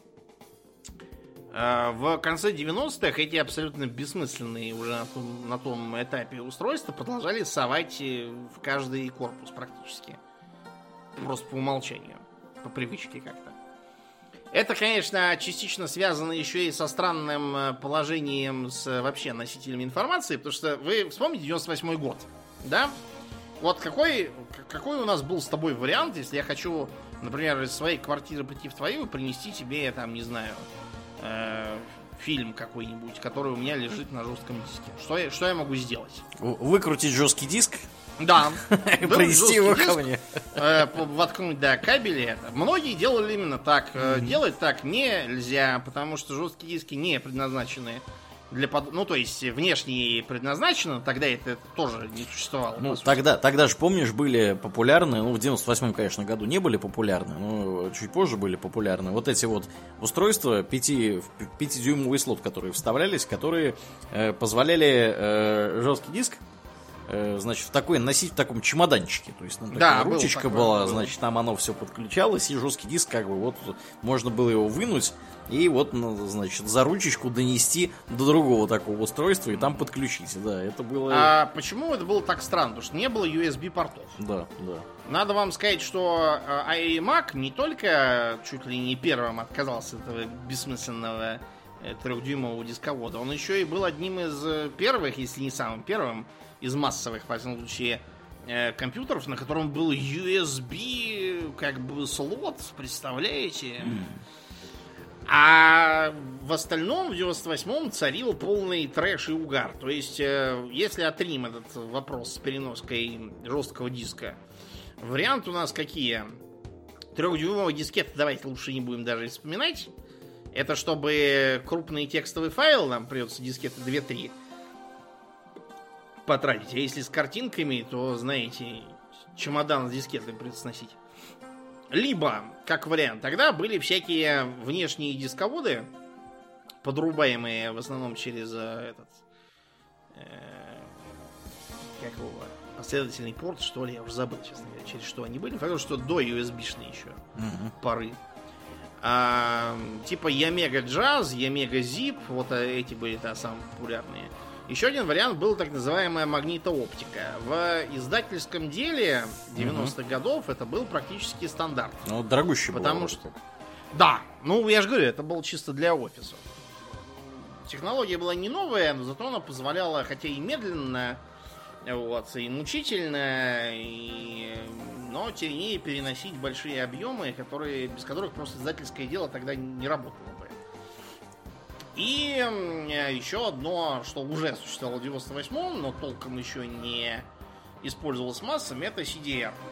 Э, в конце девяностых эти абсолютно бессмысленные уже на том, на том этапе устройства продолжали совать в каждый корпус практически. Просто по умолчанию. По привычке как-то. Это, конечно, частично связано еще и со странным положением с вообще носителями информации, потому что вы вспомните девяносто восьмой год, да? Вот какой, какой у нас был с тобой вариант, если я хочу, например, из своей квартиры прийти в твою и принести тебе, там, не знаю, э, фильм какой-нибудь, который у меня лежит на жестком диске. Что я, что я могу сделать? Выкрутить жесткий диск? Да. Принести его ко мне. Воткнуть, да, кабели. Многие делали именно так. Делать так нельзя, потому что жесткие диски не предназначены для под... Ну, то есть, внешне предназначено, тогда это тоже не существовало. Ну, тогда, тогда же, помнишь, были популярны, ну, в девяносто восьмом, конечно, году не были популярны, но чуть позже были популярны. Вот эти вот устройства, пятидюймовый слот, которые вставлялись, которые э, позволяли э, жесткий диск, значит, в такой, носить в таком чемоданчике. То есть, ну, такая да, ручечка такой, была, был. Значит, там оно все подключалось, и жесткий диск, как бы, вот, можно было его вынуть, и вот, ну, значит, за ручечку донести до другого такого устройства, и там подключить, да, это было... А почему это было так странно? Потому что не было ю эс би-портов. Да, да. Надо вам сказать, что iMac не только чуть ли не первым отказался от этого бессмысленного трехдюймового дисковода, он еще и был одним из первых, если не самым первым, из массовых, во всяком случае, э, компьютеров, на котором был ю эс би как бы слот, представляете? Mm. А в остальном в девяносто восьмом царил полный трэш и угар. То есть, э, если отрим этот вопрос с переноской жесткого диска, варианты у нас какие? Трехдюймовый дискет давайте лучше не будем даже вспоминать. Это чтобы крупный текстовый файл, нам придется дискеты две-три потратить. А если с картинками, то, знаете, чемодан с дискетами придется носить. Либо, как вариант, тогда были всякие внешние дисководы, подрубаемые в основном через э, этот э, как его, последовательный порт, что ли, я уже забыл, честно говоря, через что они были. Потому что до ю эс би-шной еще uh-huh. поры. А, типа Yamega Jazz, Yamega Zip, вот эти были да, самые популярные. Еще один вариант был так называемая магнитооптика. В издательском деле девяностых uh-huh. годов это был практически стандарт. Ну, дорогущий был. Потому что... Да, ну я же говорю, это было чисто для офиса. Технология была не новая, но зато она позволяла, хотя и медленно, вот, и мучительно, и... но тем не менее переносить большие объемы, которые, без которых просто издательское дело тогда не работало бы. И еще одно, что уже существовало в девяносто восьмом, но толком еще не использовалось массами, это си ди ар.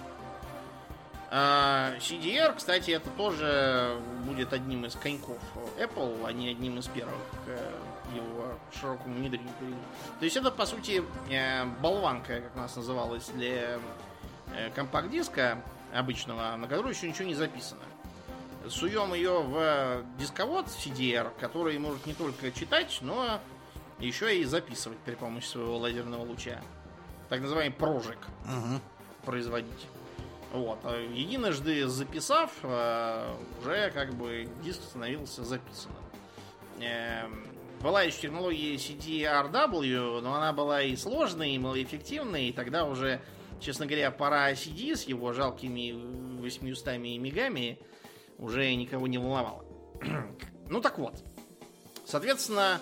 си ди ар, кстати, это тоже будет одним из коньков Apple, а не одним из первых к его широкому внедрению. То есть это, по сути, болванка, как у нас называлась, для компакт-диска обычного, на которую еще ничего не записано. Суем ее в дисковод си ди ар, который может не только читать, но еще и записывать при помощи своего лазерного луча. Так называемый прожик угу. производить. Вот. Единожды записав, уже как бы диск становился записанным. Была еще технология си ди ар дабл ю, но она была и сложной, и малоэффективной, и тогда уже, честно говоря, пара си ди с его жалкими восьмистами мегами уже никого не волновало. Ну так вот. Соответственно,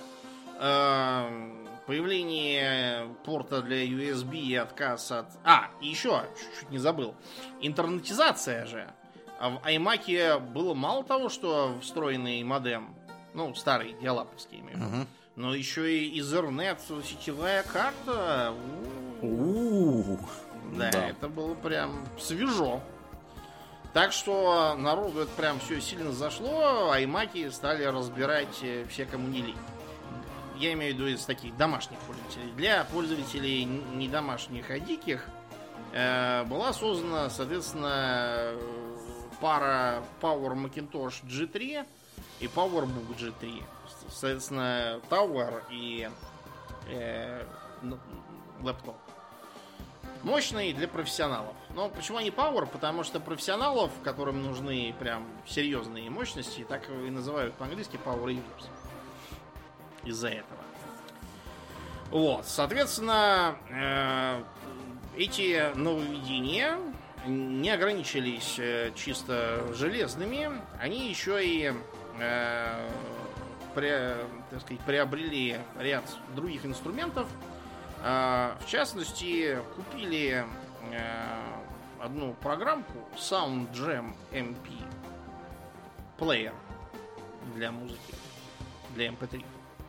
появление порта для ю эс би и отказ от... А, и еще, чуть-чуть не забыл. Интернетизация же. А в iMac было мало того, что встроенный модем, ну, старый, диалаповский, имею в виду, uh-huh. но еще и Ethernet, сетевая карта. У-у-у. Да, да, это было прям свежо. Так что народу это прям все сильно зашло, а iMac стали разбирать все, кому не лень. Я имею в виду из таких домашних пользователей. Для пользователей не домашних, а диких э, была создана, соответственно, пара Power Macintosh джи три и PowerBook джи три. Соответственно, Tower и э, лэптоп. Мощный для профессионалов. Но почему они Power? Потому что профессионалов, которым нужны прям серьезные мощности, так и называют по-английски Power Users. Из-за этого. Вот, соответственно, э, эти нововведения не ограничились э, чисто железными, они еще и э, пре, так сказать, приобрели ряд других инструментов. Э, в частности, купили э, одну программку SoundJam эм пи плеер для музыки, для эм пэ три.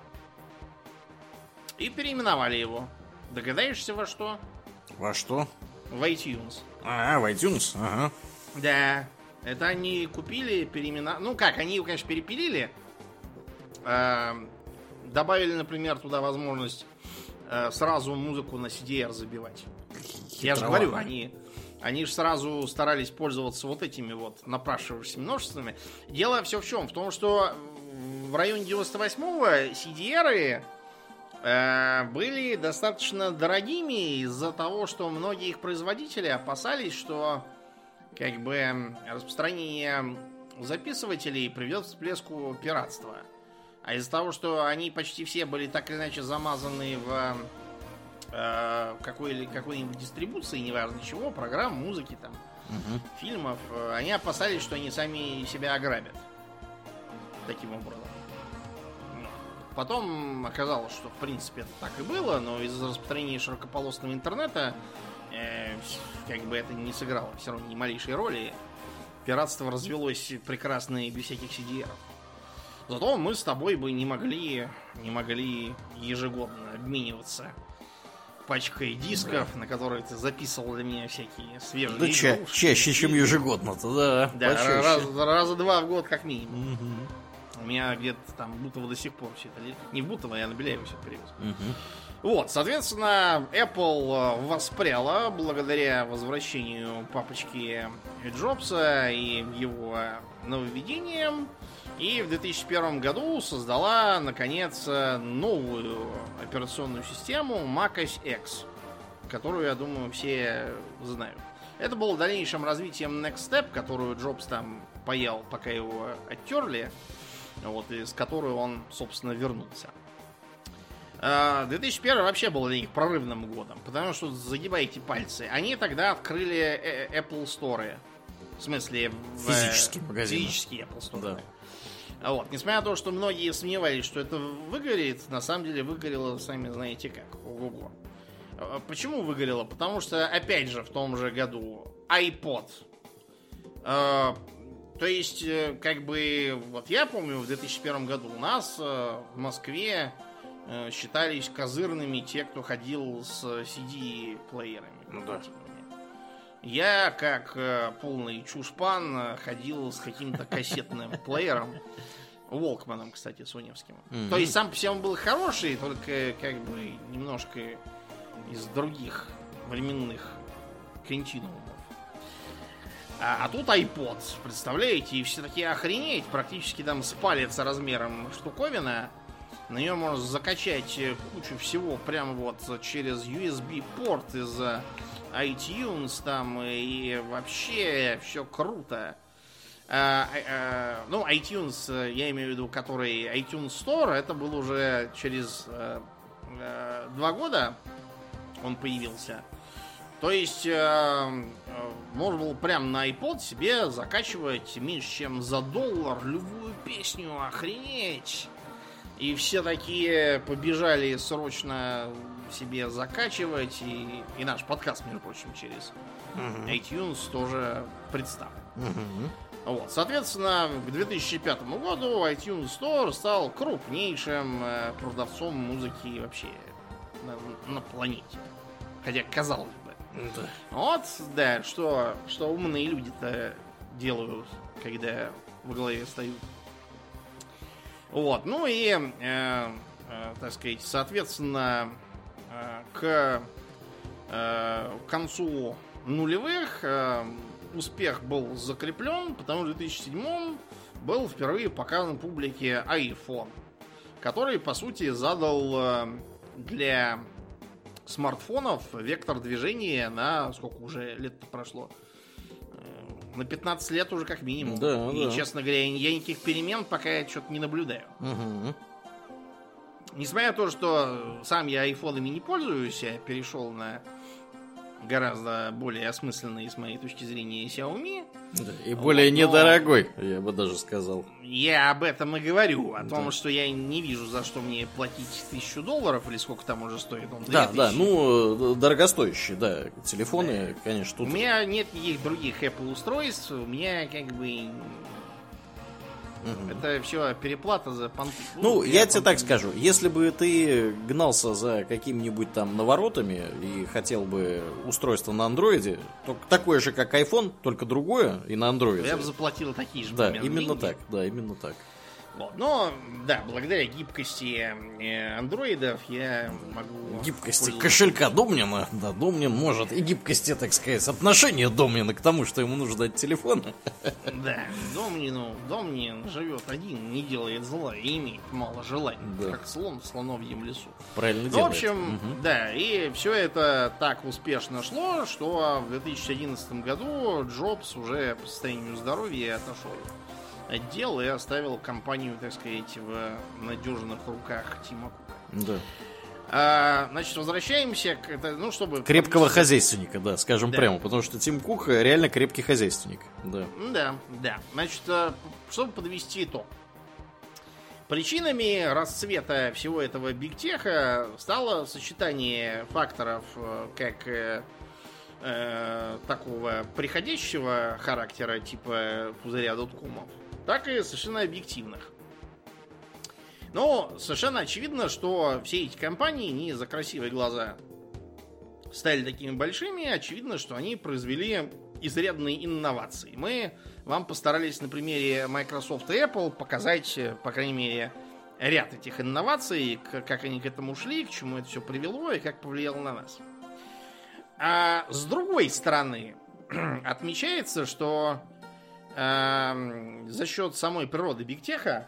И переименовали его. Догадаешься во что? Во что? В iTunes. А, в iTunes? Ага. Да. Это они купили, переименовали. Ну как, они его, конечно, перепилили. Э, добавили, например, туда возможность э, сразу музыку на си ди ар забивать. Хитровато. Я же говорю, они, они же сразу старались пользоваться вот этими вот напрашивающимися множествами. Дело все в чем? В том, что в районе девяносто восьмого си ди ар были достаточно дорогими из-за того, что многие их производители опасались, что как бы распространение записывателей приведет к всплеску пиратства. А из-за того, что они почти все были так или иначе замазаны в э, какой, какой-нибудь дистрибуции, неважно чего, программ, музыки, там, угу. фильмов, они опасались, что они сами себя ограбят. Таким образом. Потом оказалось, что в принципе это так и было, но из-за распространения широкополосного интернета э, как бы это не сыграло все равно ни малейшей роли. Пиратство развелось прекрасно и без всяких си ди ар. Зато мы с тобой бы не могли, не могли ежегодно обмениваться пачкой дисков, да. на которые ты записывал для меня всякие свежие да ча- чаще, чем ежегодно-то, да. Да, раз, раза два в год как минимум. Угу. У меня где-то там в Бутово до сих пор все это лежит. Не в Бутово, я на Беляево все это привез. Угу. Вот, соответственно, Apple воспряла благодаря возвращению папочки Джобса и его нововведениям. И в две тысячи первом году создала, наконец, новую операционную систему macOS X, которую, я думаю, все знают. Это было дальнейшим развитием Next Step, которую Джобс там паял, пока его оттерли. Вот, из которой он, собственно, вернулся. две тысячи первый вообще был для них прорывным годом, потому что, загибайте пальцы, они тогда открыли Apple Store. В смысле, физические магазины. Физические Apple Store. Да. Вот. Несмотря на то, что многие сомневались, что это выгорит, на самом деле выгорело, сами знаете как. Ого-го. Почему выгорело? Потому что, опять же, в том же году iPod То есть, э, как бы, вот я помню, в две тысячи первом году у нас э, в Москве э, считались козырными те, кто ходил с си ди-плеерами. Ну да. Я, как э, полный чушпан, э, ходил с каким-то кассетным плеером. Волкманом, кстати, соневским. Mm-hmm. То есть сам по себе он был хороший, только как бы немножко из других временных континуумов. А, а тут iPod, представляете, и все такие охренеть, практически там с палец размером штуковина. На нее можно закачать кучу всего прямо вот через ю эс би-порт из iTunes там, и вообще все круто. А, а, ну, iTunes, я имею в виду, который iTunes Store, это был уже через а, а, два года он появился. То есть а, можно было прямо на iPod себе закачивать меньше, чем за доллар любую песню, охренеть. И все такие побежали срочно себе закачивать. И, и наш подкаст, между прочим, через uh-huh. iTunes тоже представлен. Uh-huh. Вот. Соответственно, к две тысячи пятому году iTunes Store стал крупнейшим э, продавцом музыки вообще на, на планете. Хотя, казалось бы. Да. Вот, да, что, что умные люди-то делают, когда во главе стоят. Вот, ну и, э, э, так сказать, соответственно, э, к э, концу нулевых э, успех был закреплен, потому что в две тысячи седьмом был впервые показан публике iPhone, который, по сути, задал э, для смартфонов вектор движения на сколько уже лет-то прошло? На пятнадцать лет уже как минимум. Да, и, да. честно говоря, я никаких перемен пока что-то не наблюдаю. Угу. Несмотря на то, что сам я айфонами не пользуюсь, я перешел на гораздо более осмысленный, с моей точки зрения, Xiaomi. Да, и более вот, недорогой, я бы даже сказал. Я об этом и говорю. О да. том, что я не вижу, за что мне платить тысячу долларов, или сколько там уже стоит он. Да, да, ну, дорогостоящие, да, телефоны, да. Конечно, тут... У меня нет никаких других Apple устройств, у меня как бы... Угу. Это все переплата за понты. Ну, я, я тебе так скажу, если бы ты гнался за какими-нибудь там наворотами и хотел бы устройство на андроиде, то такое же, как iPhone, только другое и на андроиде. Я бы заплатил такие же. Да, именно деньги. так, да, именно так. Вот. Но, да, благодаря гибкости андроидов я могу... Гибкости кошелька Домнина, да, Домнин может, и гибкости, так сказать, отношения Домнина к тому, что ему нужно дать телефон. Да, Домнину, Домнин живет один, не делает зла и имеет мало желаний, да. Как слон в слоновьем лесу. Правильно ну, делает. В общем, угу. да, и все это так успешно шло, что в две тысячи одиннадцатом году Джобс уже по состоянию здоровья отошел отдел и оставил компанию, так сказать, в надежных руках Тима Кука. Да. А, значит, возвращаемся к это, ну, чтобы... Крепкого хозяйственника, да, скажем да. прямо, потому что Тим Кук реально крепкий хозяйственник. Да, да, да. Значит, чтобы подвести итог. Причинами расцвета всего этого бигтеха стало сочетание факторов, как э, такого приходящего характера, типа пузыря доткомов, так и совершенно объективных. Но совершенно очевидно, что все эти компании не за красивые глаза стали такими большими. Очевидно, что они произвели изрядные инновации. Мы вам постарались на примере Microsoft и Apple показать, по крайней мере, ряд этих инноваций, как они к этому шли, к чему это все привело и как повлияло на нас. А с другой стороны, отмечается, что э, за счет самой природы бигтеха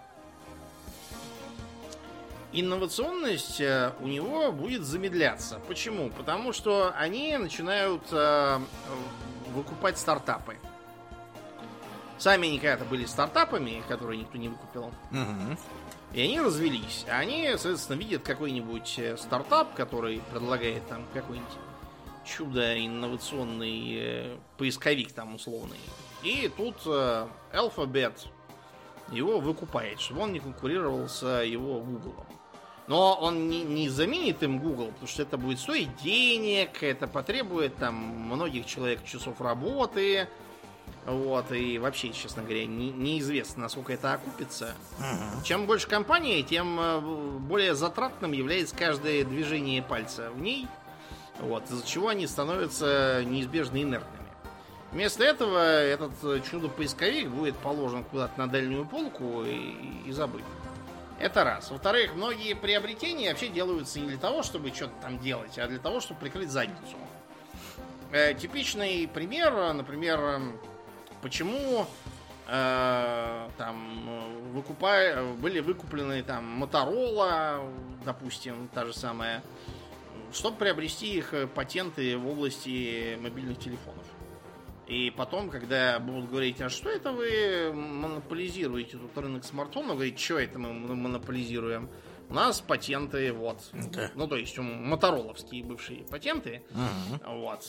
инновационность у него будет замедляться. Почему? Потому что они начинают э, выкупать стартапы. Сами они когда-то были стартапами, которые никто не выкупил. Угу. И они развелись. Они, соответственно, видят какой-нибудь стартап, который предлагает там какой-нибудь чудо-инновационный э, поисковик там условный. И тут э, Alphabet его выкупает, чтобы он не конкурировал с его Google. Но он не, не заменит им Google, потому что это будет стоить денег, это потребует там многих человек часов работы. Вот, и вообще, честно говоря, не, неизвестно, насколько это окупится. Uh-huh. Чем больше компания, тем более затратным является каждое движение пальца в ней. Вот, из-за чего они становятся неизбежно инертными. Вместо этого этот чудо-поисковик будет положен куда-то на дальнюю полку и, и забыт. Это раз. Во-вторых, многие приобретения вообще делаются не для того, чтобы что-то там делать, а для того, чтобы прикрыть задницу. Э, типичный пример, например, почему э, там выкупа... были выкуплены там Motorola, допустим, та же самая, чтобы приобрести их патенты в области мобильных телефонов. И потом, когда будут говорить, а что это вы монополизируете тут рынок смартфонов, говорит, что это мы монополизируем? У нас патенты, вот. Да. Ну, то есть, мотороловские бывшие патенты. Uh-huh. Вот.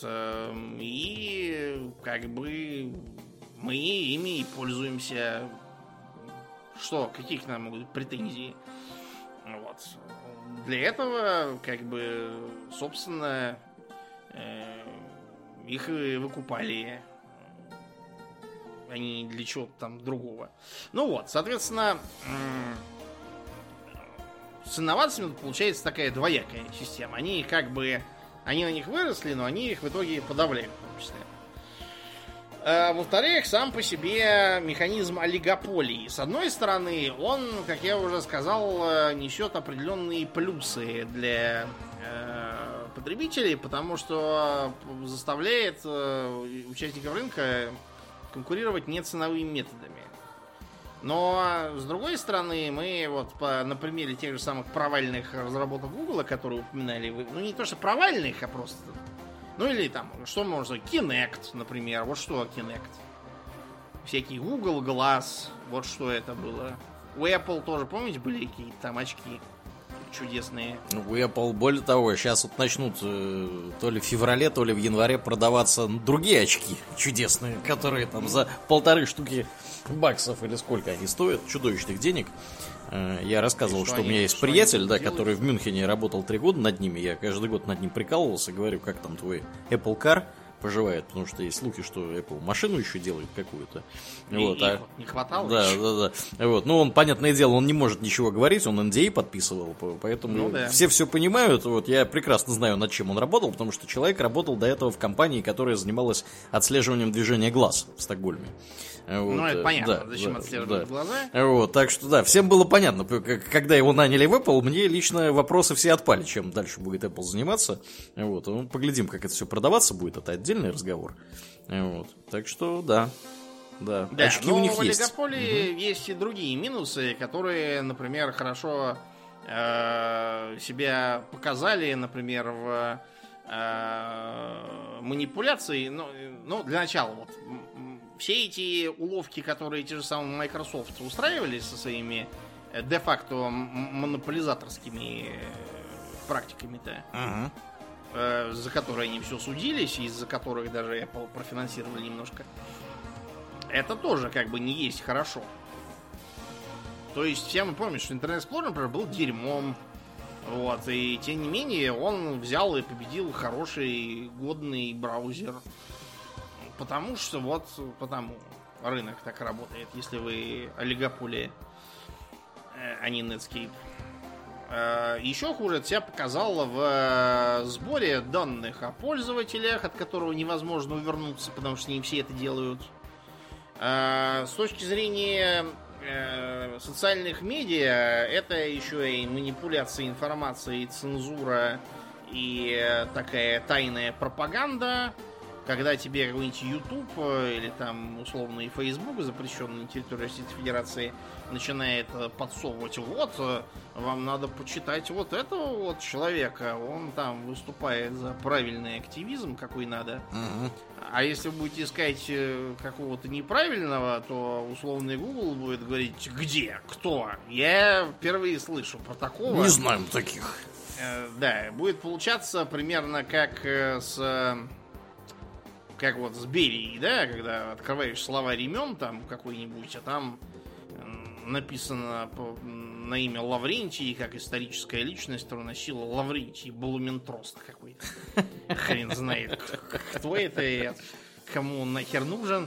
И как бы мы ими и пользуемся. Что? Какие к нам могут быть претензии? Вот. Для этого, как бы, собственно, их выкупали. Они для чего-то там другого. Ну вот, соответственно, с инновациями получается такая двоякая система. Они как бы, они на них выросли, но они их в итоге подавляют, в том числе. А, во-вторых, сам по себе механизм олигополии. С одной стороны, он, как я уже сказал, несет определенные плюсы для э, потребителей, потому что заставляет э, участников рынка конкурировать неценовыми методами. Но, с другой стороны, мы вот по, на примере тех же самых провальных разработок Google, которые упоминали вы, ну не то что провальных, а просто... Ну или там, что можно... Kinect, например. Вот что Kinect. Всякий Google Glass. Вот что это было. У Apple тоже, помните, были какие-то там очки чудесные. У Apple, более того, сейчас вот начнут э, то ли в феврале, то ли в январе продаваться другие очки чудесные, которые там за полторы штуки баксов или сколько они стоят, чудовищных денег. Э, я рассказывал, что, что у меня есть приятель, да, который в Мюнхене работал три года над ними. Я каждый год над ним прикалывался, говорю, как там твой Apple Car поживает, потому что есть слухи, что Apple машину еще делает какую-то. И, вот, а... не хватало. Да, еще. да, да. Вот. Ну, он, понятное дело, он не может ничего говорить, он эн ди эй подписывал, поэтому ну, да. все все понимают. Вот, я прекрасно знаю, над чем он работал, потому что человек работал до этого в компании, которая занималась отслеживанием движения глаз в Стокгольме. Вот, ну, это понятно, да, зачем да, отслеживать да. глаза. Вот, так что, да, всем было понятно. Когда его наняли в Apple, мне лично вопросы все отпали, чем дальше будет Apple заниматься. Вот, ну, поглядим, как это все продаваться будет, это отдельный разговор. Вот, так что, да. Да, да, очки у них есть. Но в олигополии угу. есть и другие минусы, которые, например, хорошо э, себя показали, например, в э, манипуляции. Ну, ну, для начала, вот, все эти уловки, которые те же самые Microsoft устраивали со своими де-факто монополизаторскими практиками-то, uh-huh. э, за которые они все судились, из-за которых даже Apple профинансировали немножко, это тоже как бы не есть хорошо. То есть все мы помним, что Internet Explorer, например, был дерьмом. Вот, и тем не менее он взял и победил хороший, годный браузер. Потому что вот потому рынок так работает, если вы олигополия, а не Netscape. Еще хуже это себя показало в сборе данных о пользователях, от которого невозможно увернуться, потому что не все это делают. С точки зрения социальных медиа, это еще и манипуляция информацией, цензура и такая тайная пропаганда. Когда тебе какой-нибудь YouTube или там условный Facebook, запрещенный на территории Российской Федерации, начинает подсовывать, вот, вам надо почитать вот этого вот человека, он там выступает за правильный активизм, какой надо. Uh-huh. А если вы будете искать какого-то неправильного, то условный Google будет говорить, где, кто? Я впервые слышу про такого. Не знаем таких. Да, будет получаться примерно как с... Как вот с Берией, да, когда открываешь словарь имен там какой-нибудь, а там написано по, на имя Лаврентий, как историческая личность, которая носила Лаврентий Блументрост какой-то. Хрен знает, кто это и кому он нахер нужен.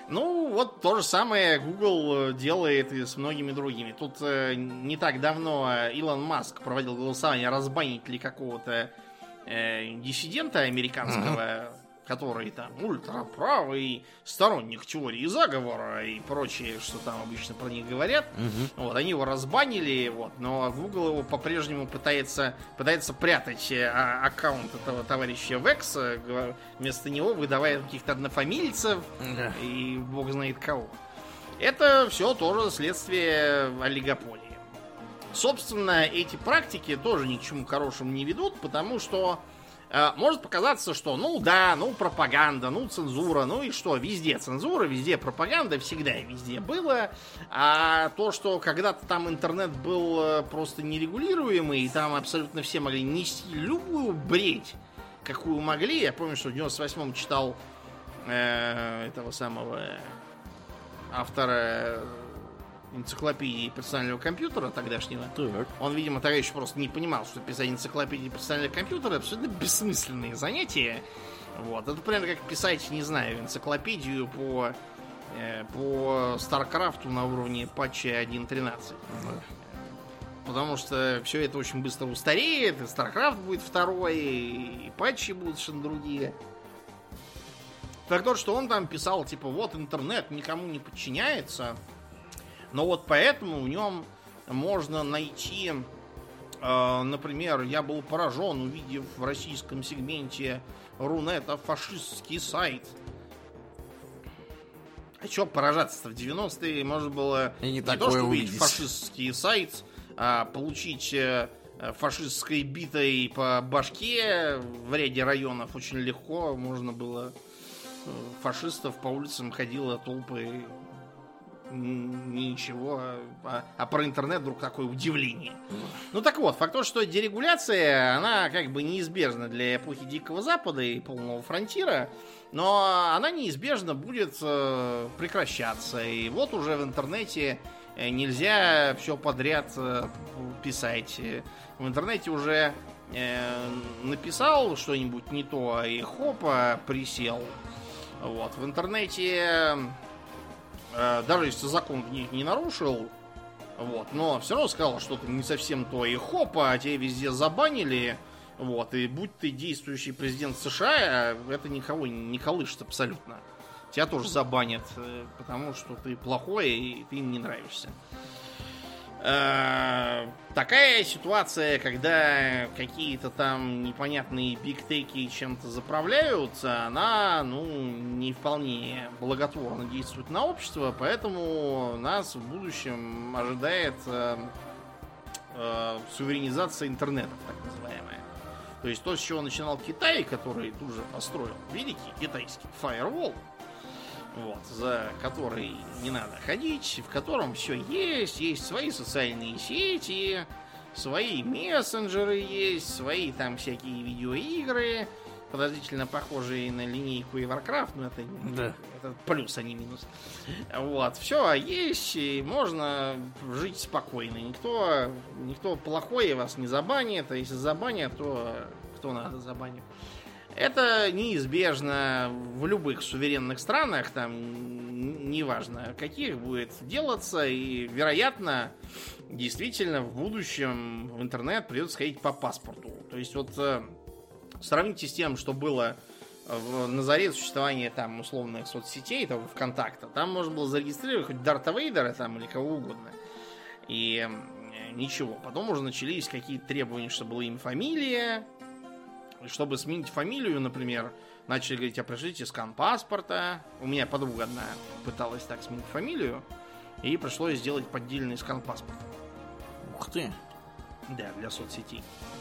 Ну, вот то же самое Google делает и с многими другими. Тут э, не так давно Илон Маск проводил голосование, разбанить ли какого-то э, диссидента американского, uh-huh. который там ультраправый, сторонник теории заговора и прочее, что там обычно про них говорят. Uh-huh. Вот, они его разбанили, вот, но Google его по-прежнему пытается, пытается прятать а, аккаунт этого товарища Векса, вместо него выдавая каких-то однофамильцев uh-huh. и бог знает кого. Это все тоже следствие олигополии. Собственно, эти практики тоже ни к чему хорошему не ведут, потому что может показаться, что ну да, ну пропаганда, ну цензура, ну и что, везде цензура, везде пропаганда, всегда и везде было. А то, что когда-то там интернет был просто нерегулируемый, и там абсолютно все могли нести любую бредь, какую могли. Я помню, что в девяносто восьмом читал э, этого самого автора энциклопедии персонального компьютера тогдашнего. Так. Он, видимо, тогда еще просто не понимал, что писать энциклопедии персонального компьютера абсолютно бессмысленные занятия. Вот. Это примерно как писать, не знаю, энциклопедию по, э, по Старкрафту на уровне патча один точка тринадцать. Mm. Потому что все это очень быстро устареет, и Старкрафт будет второй, и патчи будут совершенно другие. Так то, что он там писал, типа, вот интернет никому не подчиняется. Но вот поэтому в нем можно найти, э, например, я был поражен, увидев в российском сегменте Рунета фашистский сайт. А что поражаться-то? В девяностые можно было не, не то, что увидеть фашистский сайт, а получить э, фашистской битой по башке в ряде районов очень легко. Можно было... Фашистов по улицам ходило толпы... Ничего, а, а про интернет вдруг такое удивление. Ну так вот, факт то, что дерегуляция, она как бы неизбежна для эпохи Дикого Запада и полного фронтира, но она неизбежно будет э, прекращаться. И вот уже в интернете нельзя все подряд э, писать. В интернете уже э, написал что-нибудь не то, и хопа, присел. Вот, в интернете... Даже если закон в них не нарушил, вот, но все равно сказал что-то не совсем то, и хопа, а тебя везде забанили, вот, и будь ты действующий президент США, это никого не колышет абсолютно. Тебя тоже забанят, потому что ты плохой и ты им не нравишься. Такая ситуация, когда какие-то там непонятные бигтеки чем-то заправляются, она, ну, не вполне благотворно действует на общество, поэтому нас в будущем ожидает э, э, суверенизация интернета, так называемая. То есть то, с чего начинал Китай, который тут же построил великий китайский фаервол, вот, за который не надо ходить, в котором все есть, есть свои социальные сети, свои мессенджеры есть, свои там всякие видеоигры, подозрительно похожие на линейку и Warcraft, но это, да. это плюс, а не минус. Вот, все есть, и можно жить спокойно. Никто, никто плохой вас не забанит, а если забанят, то кто надо забанит. Это неизбежно в любых суверенных странах, там неважно каких, будет делаться, и, вероятно, действительно в будущем в интернет придется ходить по паспорту. То есть вот сравните с тем, что было в, на заре существования там условных соцсетей, того ВКонтакта. Там можно было зарегистрировать хоть Дарта Вейдера там или кого угодно. И ничего. Потом уже начались какие-то требования, чтобы была имя, фамилия. Чтобы сменить фамилию, например, начали говорить, а пришлите скан паспорта. У меня подруга одна пыталась так сменить фамилию, и пришлось сделать поддельный скан паспорта. Ух ты! Да, для соцсетей.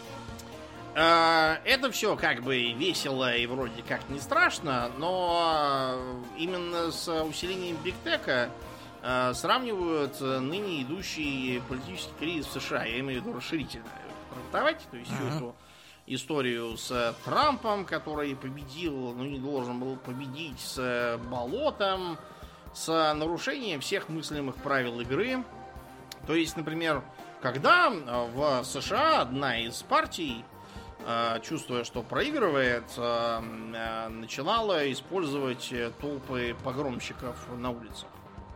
Это все как бы весело и вроде как не страшно, но именно с усилением бигтека сравнивают ныне идущий политический кризис в США. Я имею в виду расширительно трактовать, то есть всю эту историю с Трампом, который победил, ну не должен был победить, с болотом, с нарушением всех мыслимых правил игры. То есть, например, когда в США одна из партий чувствуя, что проигрывает, начинала использовать толпы погромщиков на улицах.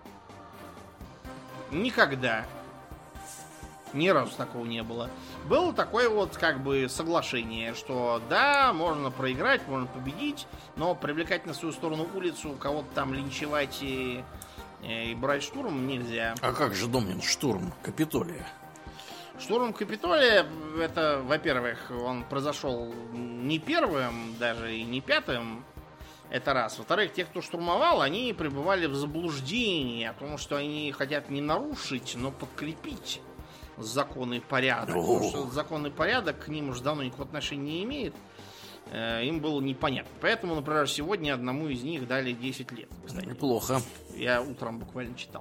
Никогда. Ни разу такого не было. Было такое вот как бы соглашение, что да, можно проиграть, можно победить, но привлекать на свою сторону улицу, кого-то там линчевать и, и брать штурм нельзя. А как же, Домнин, штурм Капитолия? Штурм Капитолия, это, во-первых, он произошел не первым, даже и не пятым. Это раз. Во-вторых, те, кто штурмовал, они пребывали в заблуждении о том, что они хотят не нарушить, но подкрепить закон и порядок. Потому что закон и порядок к ним уже давно никакого отношения не имеет. Им было непонятно. Поэтому, например, сегодня одному из них дали десять лет. Кстати. Неплохо. Я утром буквально читал.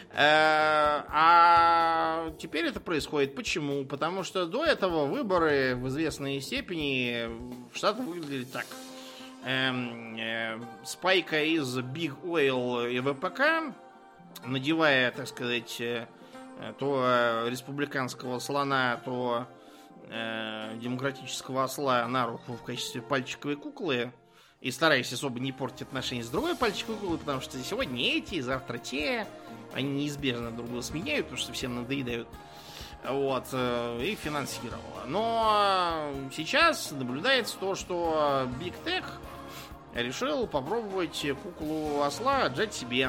А теперь это происходит. Почему? Потому что до этого выборы в известной степени в Штатах выглядели так. Эм, э, Спайка из Big Oil и ВПК, надевая, так сказать, то республиканского слона, то э, демократического осла на руку в качестве пальчиковой куклы, и стараясь особо не портить отношения с другой пальчиковой куклой, потому что сегодня эти, завтра те, они неизбежно друг друга сменяют, потому что всем надоедают. Вот, и финансировала. Но сейчас наблюдается то, что Big Tech решил попробовать куклу осла отжать себе.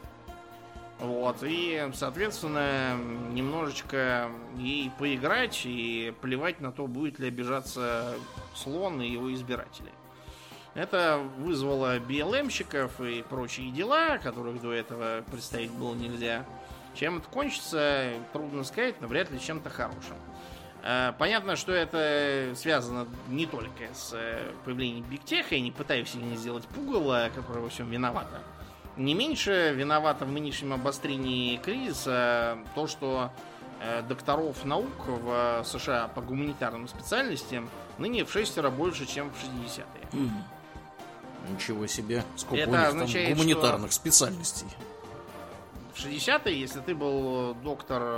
Вот, и, соответственно, немножечко ей поиграть и плевать на то, будет ли обижаться слон и его избиратели. Это вызвало би эл эм-щиков и прочие дела, которых до этого представить было нельзя. Чем это кончится, трудно сказать, но вряд ли чем-то хорошим. Понятно, что это связано не только с появлением Big Tech, я не пытаюсь сильно сделать пугало, которое во всем виновато. Не меньше виновато в нынешнем обострении кризиса то, что докторов наук в США по гуманитарным специальностям ныне в шестеро больше, чем в шестидесятые. Mm. Ничего себе, сколько это у них означает, там гуманитарных что специальностей. В шестидесятые, если ты был доктор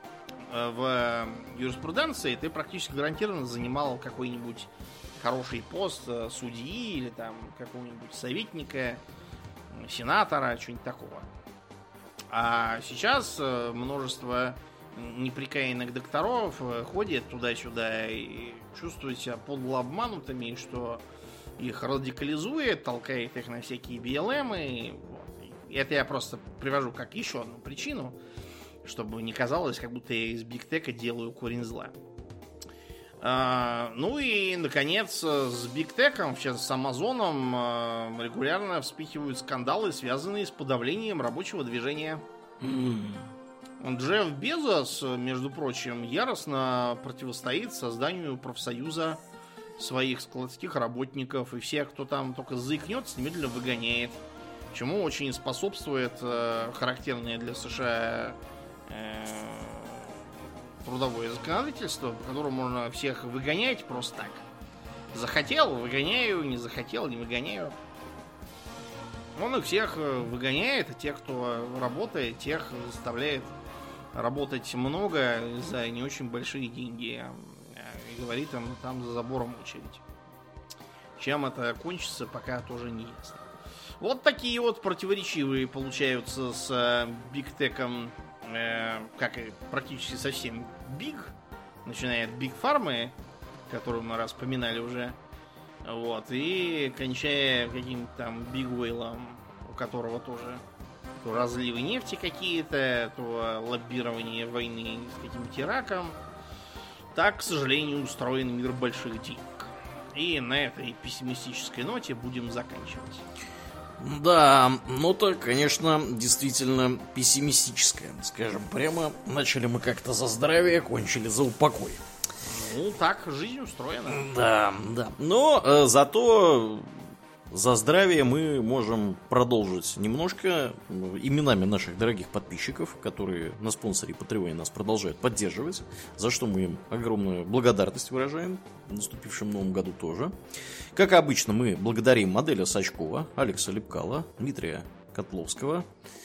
в юриспруденции, ты практически гарантированно занимал какой-нибудь хороший пост судьи или там какого-нибудь советника, сенатора, что-нибудь такого. А сейчас множество неприкаянных докторов ходят туда-сюда и чувствуют себя подло обманутыми, что их радикализует, толкает их на всякие би эл эм-ы. Вот. Это я просто привожу как еще одну причину, чтобы не казалось, как будто я из Big Tech делаю корень зла. А, ну и, наконец, с Big Tech, сейчас с Амазоном, регулярно вспыхивают скандалы, связанные с подавлением рабочего движения. Mm. Джефф Безос, между прочим, яростно противостоит созданию профсоюза своих складских работников, и всех, кто там только заикнется, немедленно выгоняет. Чему очень способствует э, характерное для США э, трудовое законодательство, по которому можно всех выгонять просто так. Захотел — выгоняю, не захотел — не выгоняю. Он их всех выгоняет, а тех, кто работает, тех заставляет работать много за не очень большие деньги. И говорит им, там за забором очередь. Чем это кончится, пока тоже не ясно. Вот такие вот противоречивые получаются с Big Tech, э, как и практически совсем Big, начиная от Big Pharma, которую мы раз поминали уже, вот, и кончая каким-то там Big Oil, у которого тоже то разливы нефти какие-то, то лоббирование войны с каким-то Ираком. Так, к сожалению, устроен мир больших денег. И на этой пессимистической ноте будем заканчивать. Да, нота, конечно, действительно пессимистическая. Скажем прямо, начали мы как-то за здравие, кончили за упокой. Ну, так жизнь устроена. Да, да. Но э, зато за здравие мы можем продолжить немножко именами наших дорогих подписчиков, которые на спонсоре Patreon нас продолжают поддерживать, за что мы им огромную благодарность выражаем в наступившем новом году тоже. Как обычно, мы благодарим Моделя Сачкова, Алекса Лепкала, Дмитрия Котловского,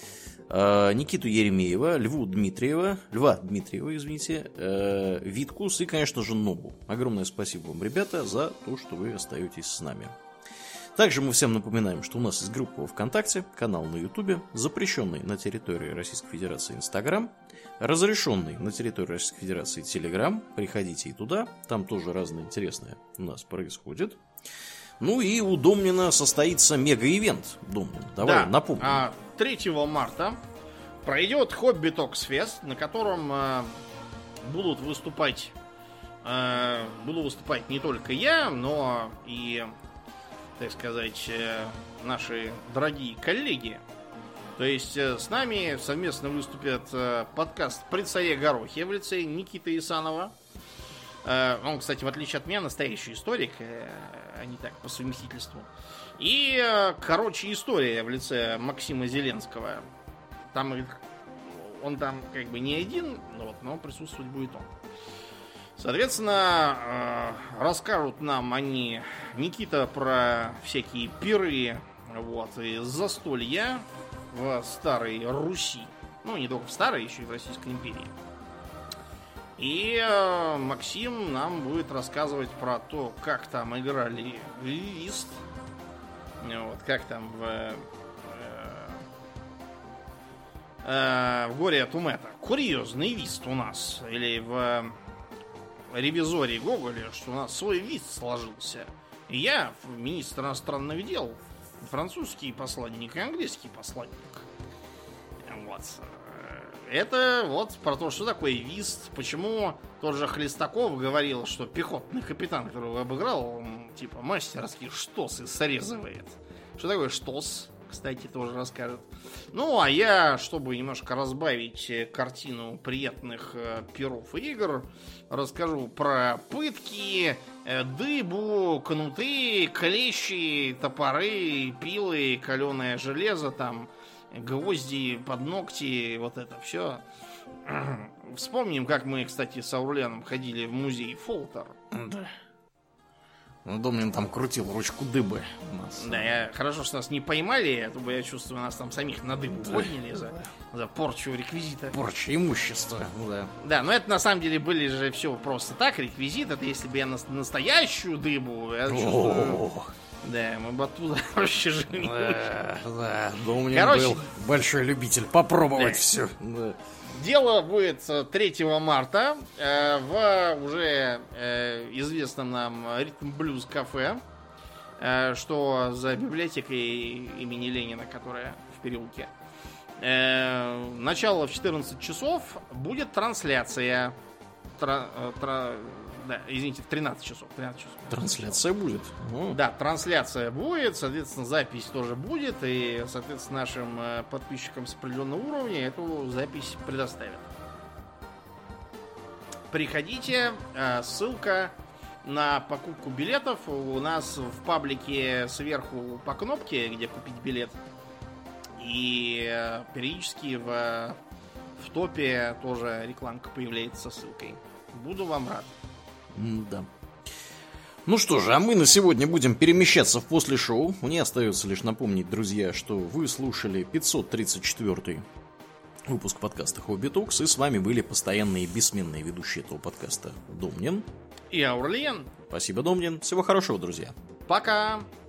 Никиту Еремеева, Льву Дмитриева, Льва Дмитриева, извините, Виткус и, конечно же, Нобу. Огромное спасибо вам, ребята, за то, что вы остаетесь с нами. Также мы всем напоминаем, что у нас есть группа ВКонтакте, канал на Ютубе, запрещенный на территории Российской Федерации Инстаграм, разрешенный на территории Российской Федерации Телеграм. Приходите и туда, там тоже разное интересное у нас происходит. Ну и у Домнина состоится мега-ивент. Домнин, давай да, напомним. А, третьего марта пройдет Хобби Токс Фест, на котором э, будут выступать э, буду выступать не только я, но и, так сказать, э, наши дорогие коллеги. То есть э, с нами совместно выступят э, подкаст «При царе Горохе» в лице Никиты Исанова. Э, он, кстати, в отличие от меня, настоящий историк, э, а не так, по совместительству. И, э, короче, история в лице Максима Зеленского. Там он там как бы не один, вот, но присутствовать будет он. Соответственно, э, расскажут нам они, Никита, про всякие пиры, вот, и застолья в Старой Руси. Ну, не только в Старой, еще и в Российской империи. И э, Максим нам будет рассказывать про то, как там играли в Вист. Вот, как там в, э, э, в Горе от Умета. Курьезный Вист у нас. Или в Ревизоре Гоголя, что у нас свой Вист сложился. И я, министр иностранных дел, французский посланник и английский посланник. Вот. Это вот про то, что такое Вист. Почему тот же Хлестаков говорил, что пехотный капитан, которого обыграл, он типа мастерски штосы срезывает. Что такое штос, кстати, тоже расскажет. Ну, а я, чтобы немножко разбавить картину приятных э, пиров и игр, расскажу про пытки, э, дыбу, кнуты, клещи, топоры, пилы, каленое железо, там, гвозди под ногти, вот это все. Вспомним, как мы, кстати, с Аурленом ходили в музей Фолтер. Да. Ну, Домнин там крутил ручку дыбы у нас. Да, я, хорошо, что нас не поймали, а то бы, я чувствую, нас там самих на дыбу да. подняли за, за порчу реквизита. Порча имущества, да. Да, но это на самом деле были же все просто так, реквизит. Это если бы я на, настоящую дыбу, я чувствую... Да, мы бы оттуда проще жили. Да, да, Домнин Короче, был большой любитель попробовать да. все. Да. Дело будет третьего марта э, в уже э, известном нам Ритм Блюз кафе, э, что за библиотекой имени Ленина, которая в переулке. Э, начало в четырнадцать часов, будет трансляция. Тра, тра, да, извините, в тринадцать часов. тринадцать часов. Трансляция будет. О. Да, трансляция будет, соответственно, запись тоже будет, и, соответственно, нашим подписчикам с определенного уровня эту запись предоставят. Приходите, ссылка на покупку билетов у нас в паблике сверху по кнопке, где купить билет, и периодически в, в топе тоже рекламка появляется со ссылкой. Буду вам рад. Да. Ну что же, а мы на сегодня будем перемещаться в после шоу. Мне остается лишь напомнить, друзья, что вы слушали пятьсот тридцать четвёртый выпуск подкаста Хобби Токс, и с вами были постоянные бессменные ведущие этого подкаста Домнин и Аурлиен. Спасибо, Домнин. Всего хорошего, друзья. Пока.